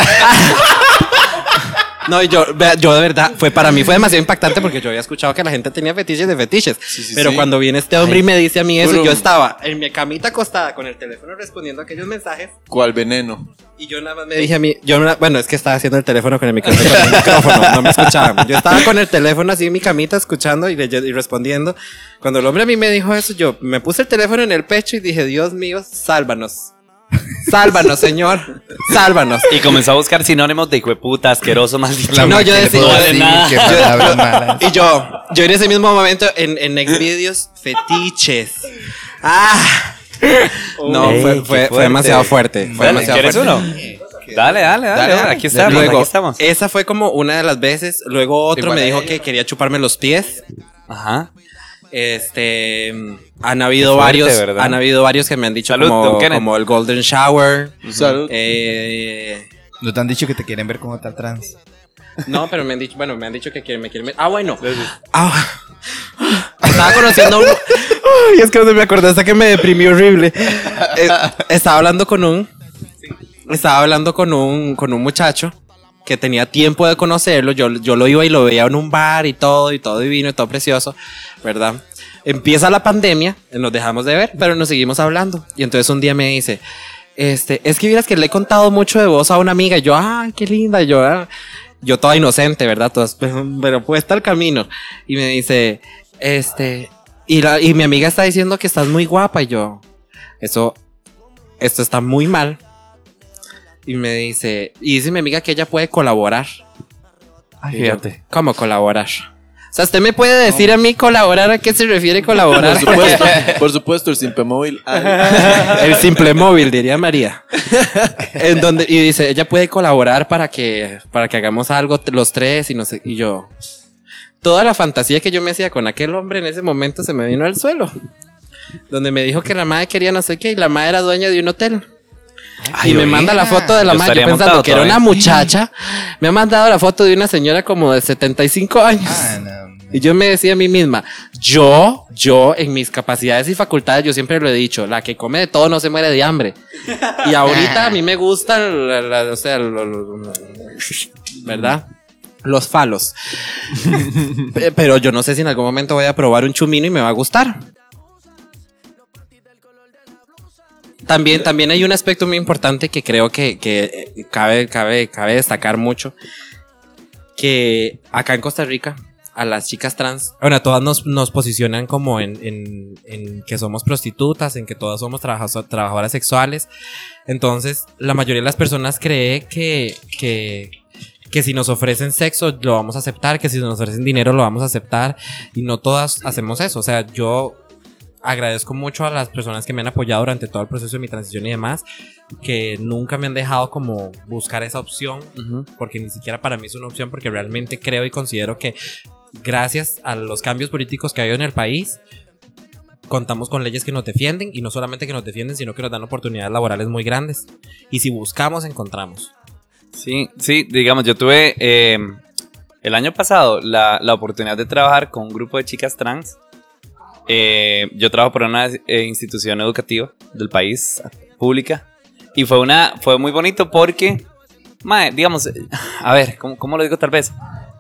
Speaker 3: No, y yo, vea, yo de verdad, fue para mí fue demasiado impactante porque yo había escuchado que la gente tenía fetiches de fetiches.
Speaker 4: sí,
Speaker 3: pero
Speaker 4: sí.
Speaker 3: cuando viene este hombre y me dice a mí eso,
Speaker 4: Puro-
Speaker 3: yo estaba en mi camita acostada con el teléfono respondiendo a aquellos mensajes
Speaker 4: ¿Cuál veneno?
Speaker 3: y yo nada más me dije a mí, yo no- bueno, es que estaba haciendo el teléfono con el micrófono, con el micrófono, no me escuchaba. Yo estaba con el teléfono así en mi camita escuchando y, leye- y respondiendo. Cuando el hombre a mí me dijo eso, yo me puse el teléfono en el pecho y dije, Dios mío, sálvanos. Sálvanos, Señor. Sálvanos.
Speaker 5: Y comenzó a buscar sinónimos de hijueputa, asqueroso, maldito.
Speaker 3: No, yo decía-
Speaker 5: no vale
Speaker 6: Sí,
Speaker 5: nada.
Speaker 6: qué palabras malas.
Speaker 3: Y yo, yo en ese mismo momento en, en Next Videos, fetiches. Ah. No,
Speaker 5: Ey,
Speaker 3: fue,
Speaker 5: qué
Speaker 3: fue, fue
Speaker 5: fuerte.
Speaker 3: demasiado fuerte. Fue
Speaker 5: Dale,
Speaker 3: demasiado
Speaker 5: ¿quieres
Speaker 3: fuerte.
Speaker 5: uno? Dale, dale, dale,
Speaker 6: Dale,
Speaker 5: dale, aquí estamos,
Speaker 3: Luego,
Speaker 5: aquí estamos.
Speaker 3: esa fue como una de las veces. Luego otro
Speaker 6: Igual
Speaker 3: me
Speaker 6: a
Speaker 3: dijo
Speaker 6: ella.
Speaker 3: que quería chuparme los pies.
Speaker 5: Ajá.
Speaker 3: Este, han habido
Speaker 5: Qué fuerte,
Speaker 3: varios,
Speaker 5: ¿verdad?
Speaker 3: han habido varios que me han dicho
Speaker 5: Salud,
Speaker 3: como,
Speaker 5: don Kenneth.
Speaker 3: como el Golden Shower.
Speaker 4: Salud.
Speaker 3: Eh,
Speaker 6: No te han dicho que te quieren ver como tal trans.
Speaker 3: no, pero me han dicho, bueno, me han dicho que quieren, me quieren. Ah, bueno. Ah, estaba conociendo a un. Ay, es que no me acordé hasta que me deprimí horrible. Eh, estaba hablando con un. Estaba hablando con un, con un muchacho que tenía tiempo de conocerlo. Yo, yo lo iba y lo veía en un bar y todo, y todo divino, y todo precioso, ¿verdad? Empieza la pandemia, nos dejamos de ver, pero nos seguimos hablando. Y entonces un día me dice, este, es que vieras que le he contado mucho de vos a una amiga. Y yo, ay, qué linda. Y yo, ah, yo toda inocente, ¿verdad? Todas, pero puesta al camino. Y me dice, este, y, la, y mi amiga está diciendo que estás muy guapa. Y yo, eso, esto está muy mal. Y me dice, y dice mi amiga que ella puede colaborar.
Speaker 5: Ay,
Speaker 3: Y yo,
Speaker 5: fíjate.
Speaker 3: ¿cómo colaborar? sea, usted me puede decir a mí colaborar, ¿a qué se refiere colaborar?
Speaker 4: Por supuesto, por supuesto, el simple móvil.
Speaker 3: El simple móvil, diría María. En donde, y dice, ella puede colaborar para que, para que hagamos algo los tres y no sé, y yo. Toda la fantasía que yo me hacía con aquel hombre en ese momento se me vino al suelo. Donde me dijo que la madre quería no sé qué y la madre era dueña de un hotel. Ay, y me oiga. Manda la foto de la madre, yo pensando que era una muchacha. Me ha mandado la foto de una señora como de setenta y cinco años. Ah, no. Y yo me decía a mí misma, yo, yo, en mis capacidades y facultades, yo siempre lo he dicho, la que come de todo no se muere de hambre. Y ahorita a mí me gustan, la, la, o sea, lo, lo, ¿verdad? Los falos. Pero yo no sé si en algún momento voy a probar un chumino y me va a gustar. También, también hay un aspecto muy importante que creo que, que cabe, cabe, cabe destacar mucho. Que acá en Costa Rica, a las chicas trans, bueno, todas nos, nos posicionan como en, en, en que somos prostitutas, en que todas somos trabajadoras, trabajadoras sexuales. Entonces, la mayoría de las personas cree que, que, que si nos ofrecen sexo lo vamos a aceptar, que si nos ofrecen dinero lo vamos a aceptar. Y no todas hacemos eso. O sea, yo agradezco mucho a las personas que me han apoyado durante todo el proceso de mi transición y demás, que nunca me han dejado como buscar esa opción, uh-huh. porque ni siquiera para mí es una opción, porque realmente creo y considero que gracias a los cambios políticos que hay en el país, contamos con leyes que nos defienden, y no solamente que nos defienden, sino que nos dan oportunidades laborales muy grandes. Y si buscamos, encontramos.
Speaker 5: Sí, sí, digamos, yo tuve eh, el año pasado la, la oportunidad de trabajar con un grupo de chicas trans. Eh, yo trabajo por una eh, institución educativa del país, pública, y fue, una, fue muy bonito porque, mae, digamos, a ver, ¿cómo, cómo lo digo tal vez?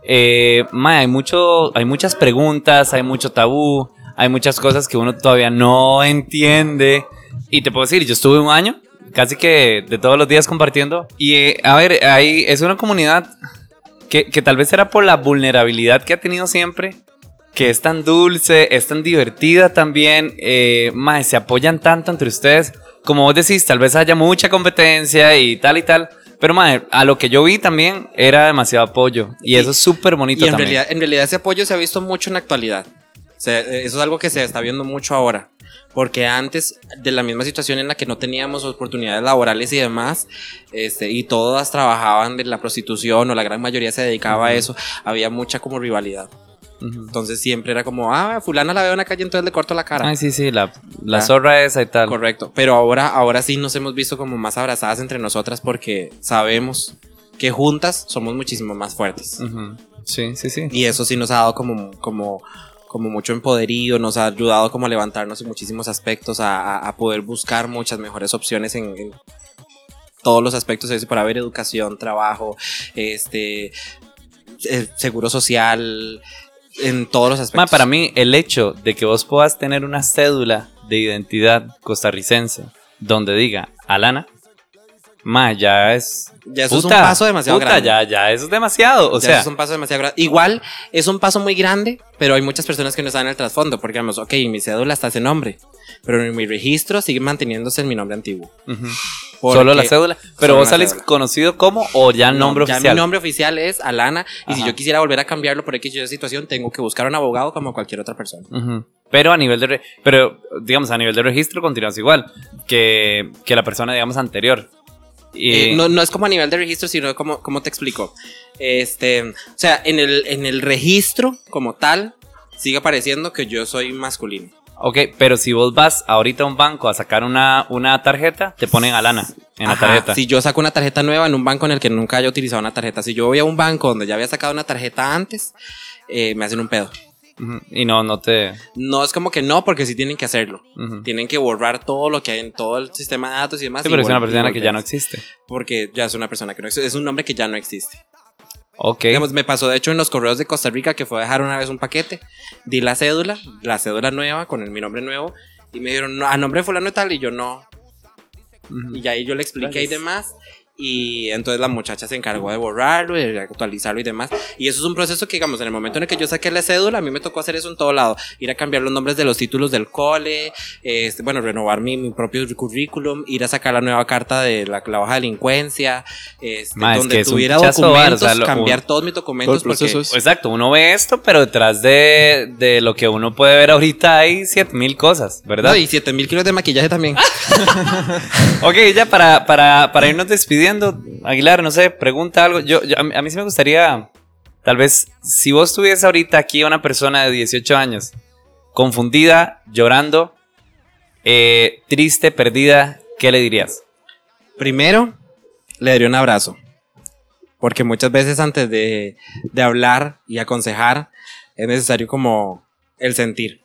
Speaker 5: Eh, mae, hay, mucho, hay muchas preguntas, hay mucho tabú, hay muchas cosas que uno todavía no entiende. Y te puedo decir, yo estuve un año, casi que de todos los días compartiendo. Y eh, a ver, ahí es una comunidad que, que tal vez era por la vulnerabilidad que ha tenido siempre, que es tan dulce, es tan divertida también. Eh, mae, se apoyan tanto entre ustedes. Como vos decís, tal vez haya mucha competencia y tal y tal. Pero, madre, a lo que yo vi también era demasiado apoyo. Y, y eso es súper bonito
Speaker 3: y en
Speaker 5: también.
Speaker 3: Realidad, en realidad ese apoyo se ha visto mucho en la actualidad. O sea, eso es algo que se está viendo mucho ahora. Porque antes, de la misma situación en la que no teníamos oportunidades laborales y demás, este, y todas trabajaban de la prostitución, o la gran mayoría se dedicaba uh-huh. a eso, había mucha como rivalidad. Uh-huh. Entonces siempre era como, ah, fulana la veo en la calle, entonces le corto la cara.
Speaker 5: Ay, sí, sí, la, la ah, zorra esa y tal.
Speaker 3: Correcto, pero ahora, ahora sí nos hemos visto como más abrazadas entre nosotras, porque sabemos que juntas somos muchísimo más fuertes.
Speaker 5: Uh-huh. Sí, sí, sí.
Speaker 3: Y eso sí nos ha dado como, como, como mucho empoderío, nos ha ayudado como a levantarnos en muchísimos aspectos, a, a, a poder buscar muchas mejores opciones en, en todos los aspectos, es decir, para ver educación, trabajo, este, eh, seguro social, en todos los aspectos.
Speaker 5: Ma, para mí, el hecho de que vos puedas tener una cédula de identidad costarricense donde diga Alana, ma, ya es.
Speaker 3: Ya eso puta, es un paso demasiado
Speaker 5: puta,
Speaker 3: grande.
Speaker 5: Ya, ya, eso es demasiado. O
Speaker 3: ya
Speaker 5: sea,
Speaker 3: eso es un paso demasiado grande. Igual es un paso muy grande, pero hay muchas personas que no saben el trasfondo. Porque digamos, ok, mi cédula está ese nombre, pero en mi registro sigue manteniéndose en mi nombre antiguo.
Speaker 5: Uh-huh. Solo la cédula. Pero vos salís cédula. Conocido como o ya el nombre no, oficial.
Speaker 3: Ya mi nombre oficial es Alana. Y Ajá. si yo quisiera volver a cambiarlo por X y Y situación, tengo que buscar un abogado como cualquier otra persona.
Speaker 5: Uh-huh. Pero a nivel de re- pero digamos a nivel de registro continúas igual que, que la persona digamos anterior.
Speaker 3: Y eh, no, no es como a nivel de registro, sino como, como te explico. Este, o sea, en el, en el registro como tal sigue apareciendo que yo soy masculino.
Speaker 5: Ok, pero si vos vas ahorita a un banco a sacar una, una tarjeta, te ponen Alana en Ajá, la tarjeta.
Speaker 3: Si yo saco una tarjeta nueva en un banco en el que nunca haya utilizado una tarjeta, si yo voy a un banco donde ya había sacado una tarjeta antes, eh, me hacen un pedo.
Speaker 5: Uh-huh. Y no, no te...
Speaker 3: No, es como que no, porque sí tienen que hacerlo. Uh-huh. Tienen que borrar todo lo que hay en todo el sistema de datos y demás.
Speaker 5: Sí, pero
Speaker 3: y
Speaker 5: es una persona que ya no existe.
Speaker 3: Porque ya es una persona que no existe. Es un nombre que ya no existe.
Speaker 5: Ok.
Speaker 3: Digamos, me pasó de hecho en los correos de Costa Rica que fue a dejar una vez un paquete. Di la cédula, la cédula nueva con el, mi nombre nuevo. Y me dijeron, no, a nombre de fulano y tal. Y yo no. Uh-huh. Y ahí yo le expliqué Gracias. Y demás. Y entonces la muchacha se encargó de borrarlo y de actualizarlo y demás. Y eso es un proceso que, digamos, en el momento en el que yo saqué la cédula, a mí me tocó hacer eso en todo lado. Ir a cambiar los nombres de los títulos del cole, este, bueno, renovar mi, mi propio currículum, ir a sacar la nueva carta de la, la baja delincuencia, este,
Speaker 5: Ma, es
Speaker 3: donde
Speaker 5: que es un
Speaker 3: tuviera
Speaker 5: pichazo
Speaker 3: documentos,
Speaker 5: bar, o sea, lo-
Speaker 3: cambiar
Speaker 5: un-
Speaker 3: todos mis
Speaker 4: Todo
Speaker 3: documentos.
Speaker 4: el proceso
Speaker 3: Porque,
Speaker 4: es-
Speaker 5: Exacto, uno ve esto, pero detrás de, de lo que uno puede ver ahorita hay siete mil cosas, ¿verdad?
Speaker 3: no, y siete mil kilos de maquillaje también.
Speaker 5: Ok, ya para, para, para irnos despidiendo, Aguilar, no sé, pregunta algo. Yo, yo- a, mí, a mí sí me gustaría, tal vez, si vos tuvieses ahorita aquí a una persona de dieciocho años, confundida, llorando, eh, triste, perdida, ¿qué le dirías?
Speaker 3: Primero, le daría un abrazo. Porque muchas veces antes de, de hablar y aconsejar, es necesario como el sentir.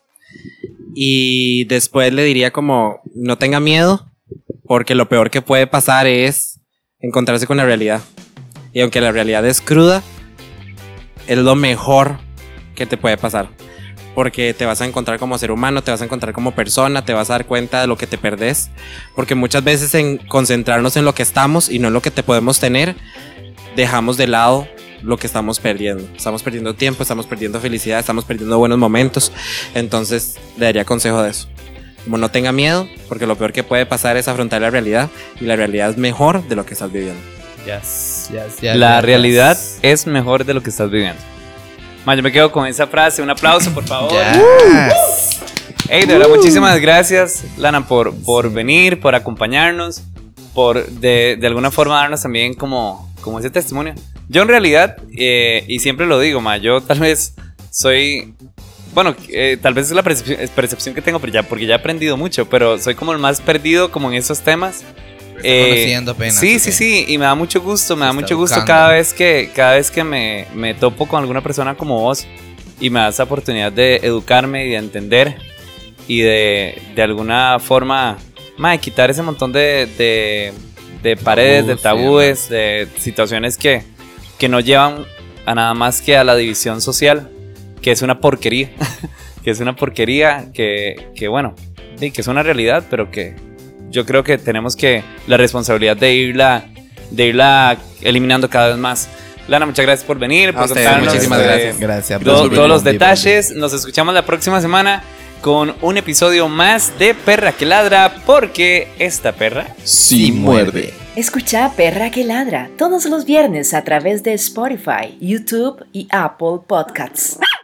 Speaker 3: Y después le diría como, no tenga miedo, porque lo peor que puede pasar es encontrarse con la realidad. Y aunque la realidad es cruda, es lo mejor que te puede pasar. Porque te vas a encontrar como ser humano, te vas a encontrar como persona, te vas a dar cuenta de lo que te perdés. Porque muchas veces en concentrarnos en lo que estamos y no en lo que te podemos tener, dejamos de lado lo que estamos perdiendo. Estamos perdiendo tiempo, estamos perdiendo felicidad, estamos perdiendo buenos momentos. Entonces le daría consejo de eso. Como no tenga miedo, porque lo peor que puede pasar es afrontar la realidad. Y la realidad es mejor de lo que estás viviendo.
Speaker 5: Yes.
Speaker 6: Yes, yes,
Speaker 5: La
Speaker 6: yes,
Speaker 5: realidad
Speaker 6: yes.
Speaker 5: es mejor de lo que estás viviendo. Ma, yo me quedo con esa frase. Un aplauso, por favor.
Speaker 6: Yes.
Speaker 5: Hey, de verdad, muchísimas gracias, Lana, por, por venir, por acompañarnos, por de, de alguna forma darnos también como, como ese testimonio. Yo en realidad, eh, y siempre lo digo, ma, yo tal vez soy, bueno, eh, tal vez es la percepción, es percepción que tengo, pero ya, porque ya he aprendido mucho, pero soy como el más perdido como en esos temas.
Speaker 6: Está conociendo apenas,
Speaker 5: Sí,
Speaker 6: ok.
Speaker 5: sí, sí, y me da mucho gusto, me da
Speaker 6: Está
Speaker 5: mucho gusto
Speaker 6: buscando.
Speaker 5: cada vez que, cada vez que me, me topo con alguna persona como vos y me da esa oportunidad de educarme y de entender y de, de alguna forma, ma, de quitar ese montón de, de, de paredes, de
Speaker 6: Tabús,
Speaker 5: tabúes, de situaciones que, que no llevan a nada más que a la división social, que es una porquería, que es una porquería, que, que bueno, sí, que es una realidad, pero que yo creo que tenemos que la responsabilidad de irla, de irla eliminando cada vez más. Lana, muchas gracias por venir, por
Speaker 3: A ustedes,
Speaker 5: contarnos
Speaker 3: muchísimas
Speaker 5: eh,
Speaker 3: gracias.
Speaker 6: Gracias.
Speaker 5: to-
Speaker 6: por
Speaker 5: todos los
Speaker 6: venir.
Speaker 5: detalles. Nos escuchamos la próxima semana con un episodio más de Perra que Ladra, porque esta perra
Speaker 4: Sí muerde.
Speaker 1: Escucha a Perra que Ladra todos los viernes a través de Spotify, YouTube y Apple Podcasts.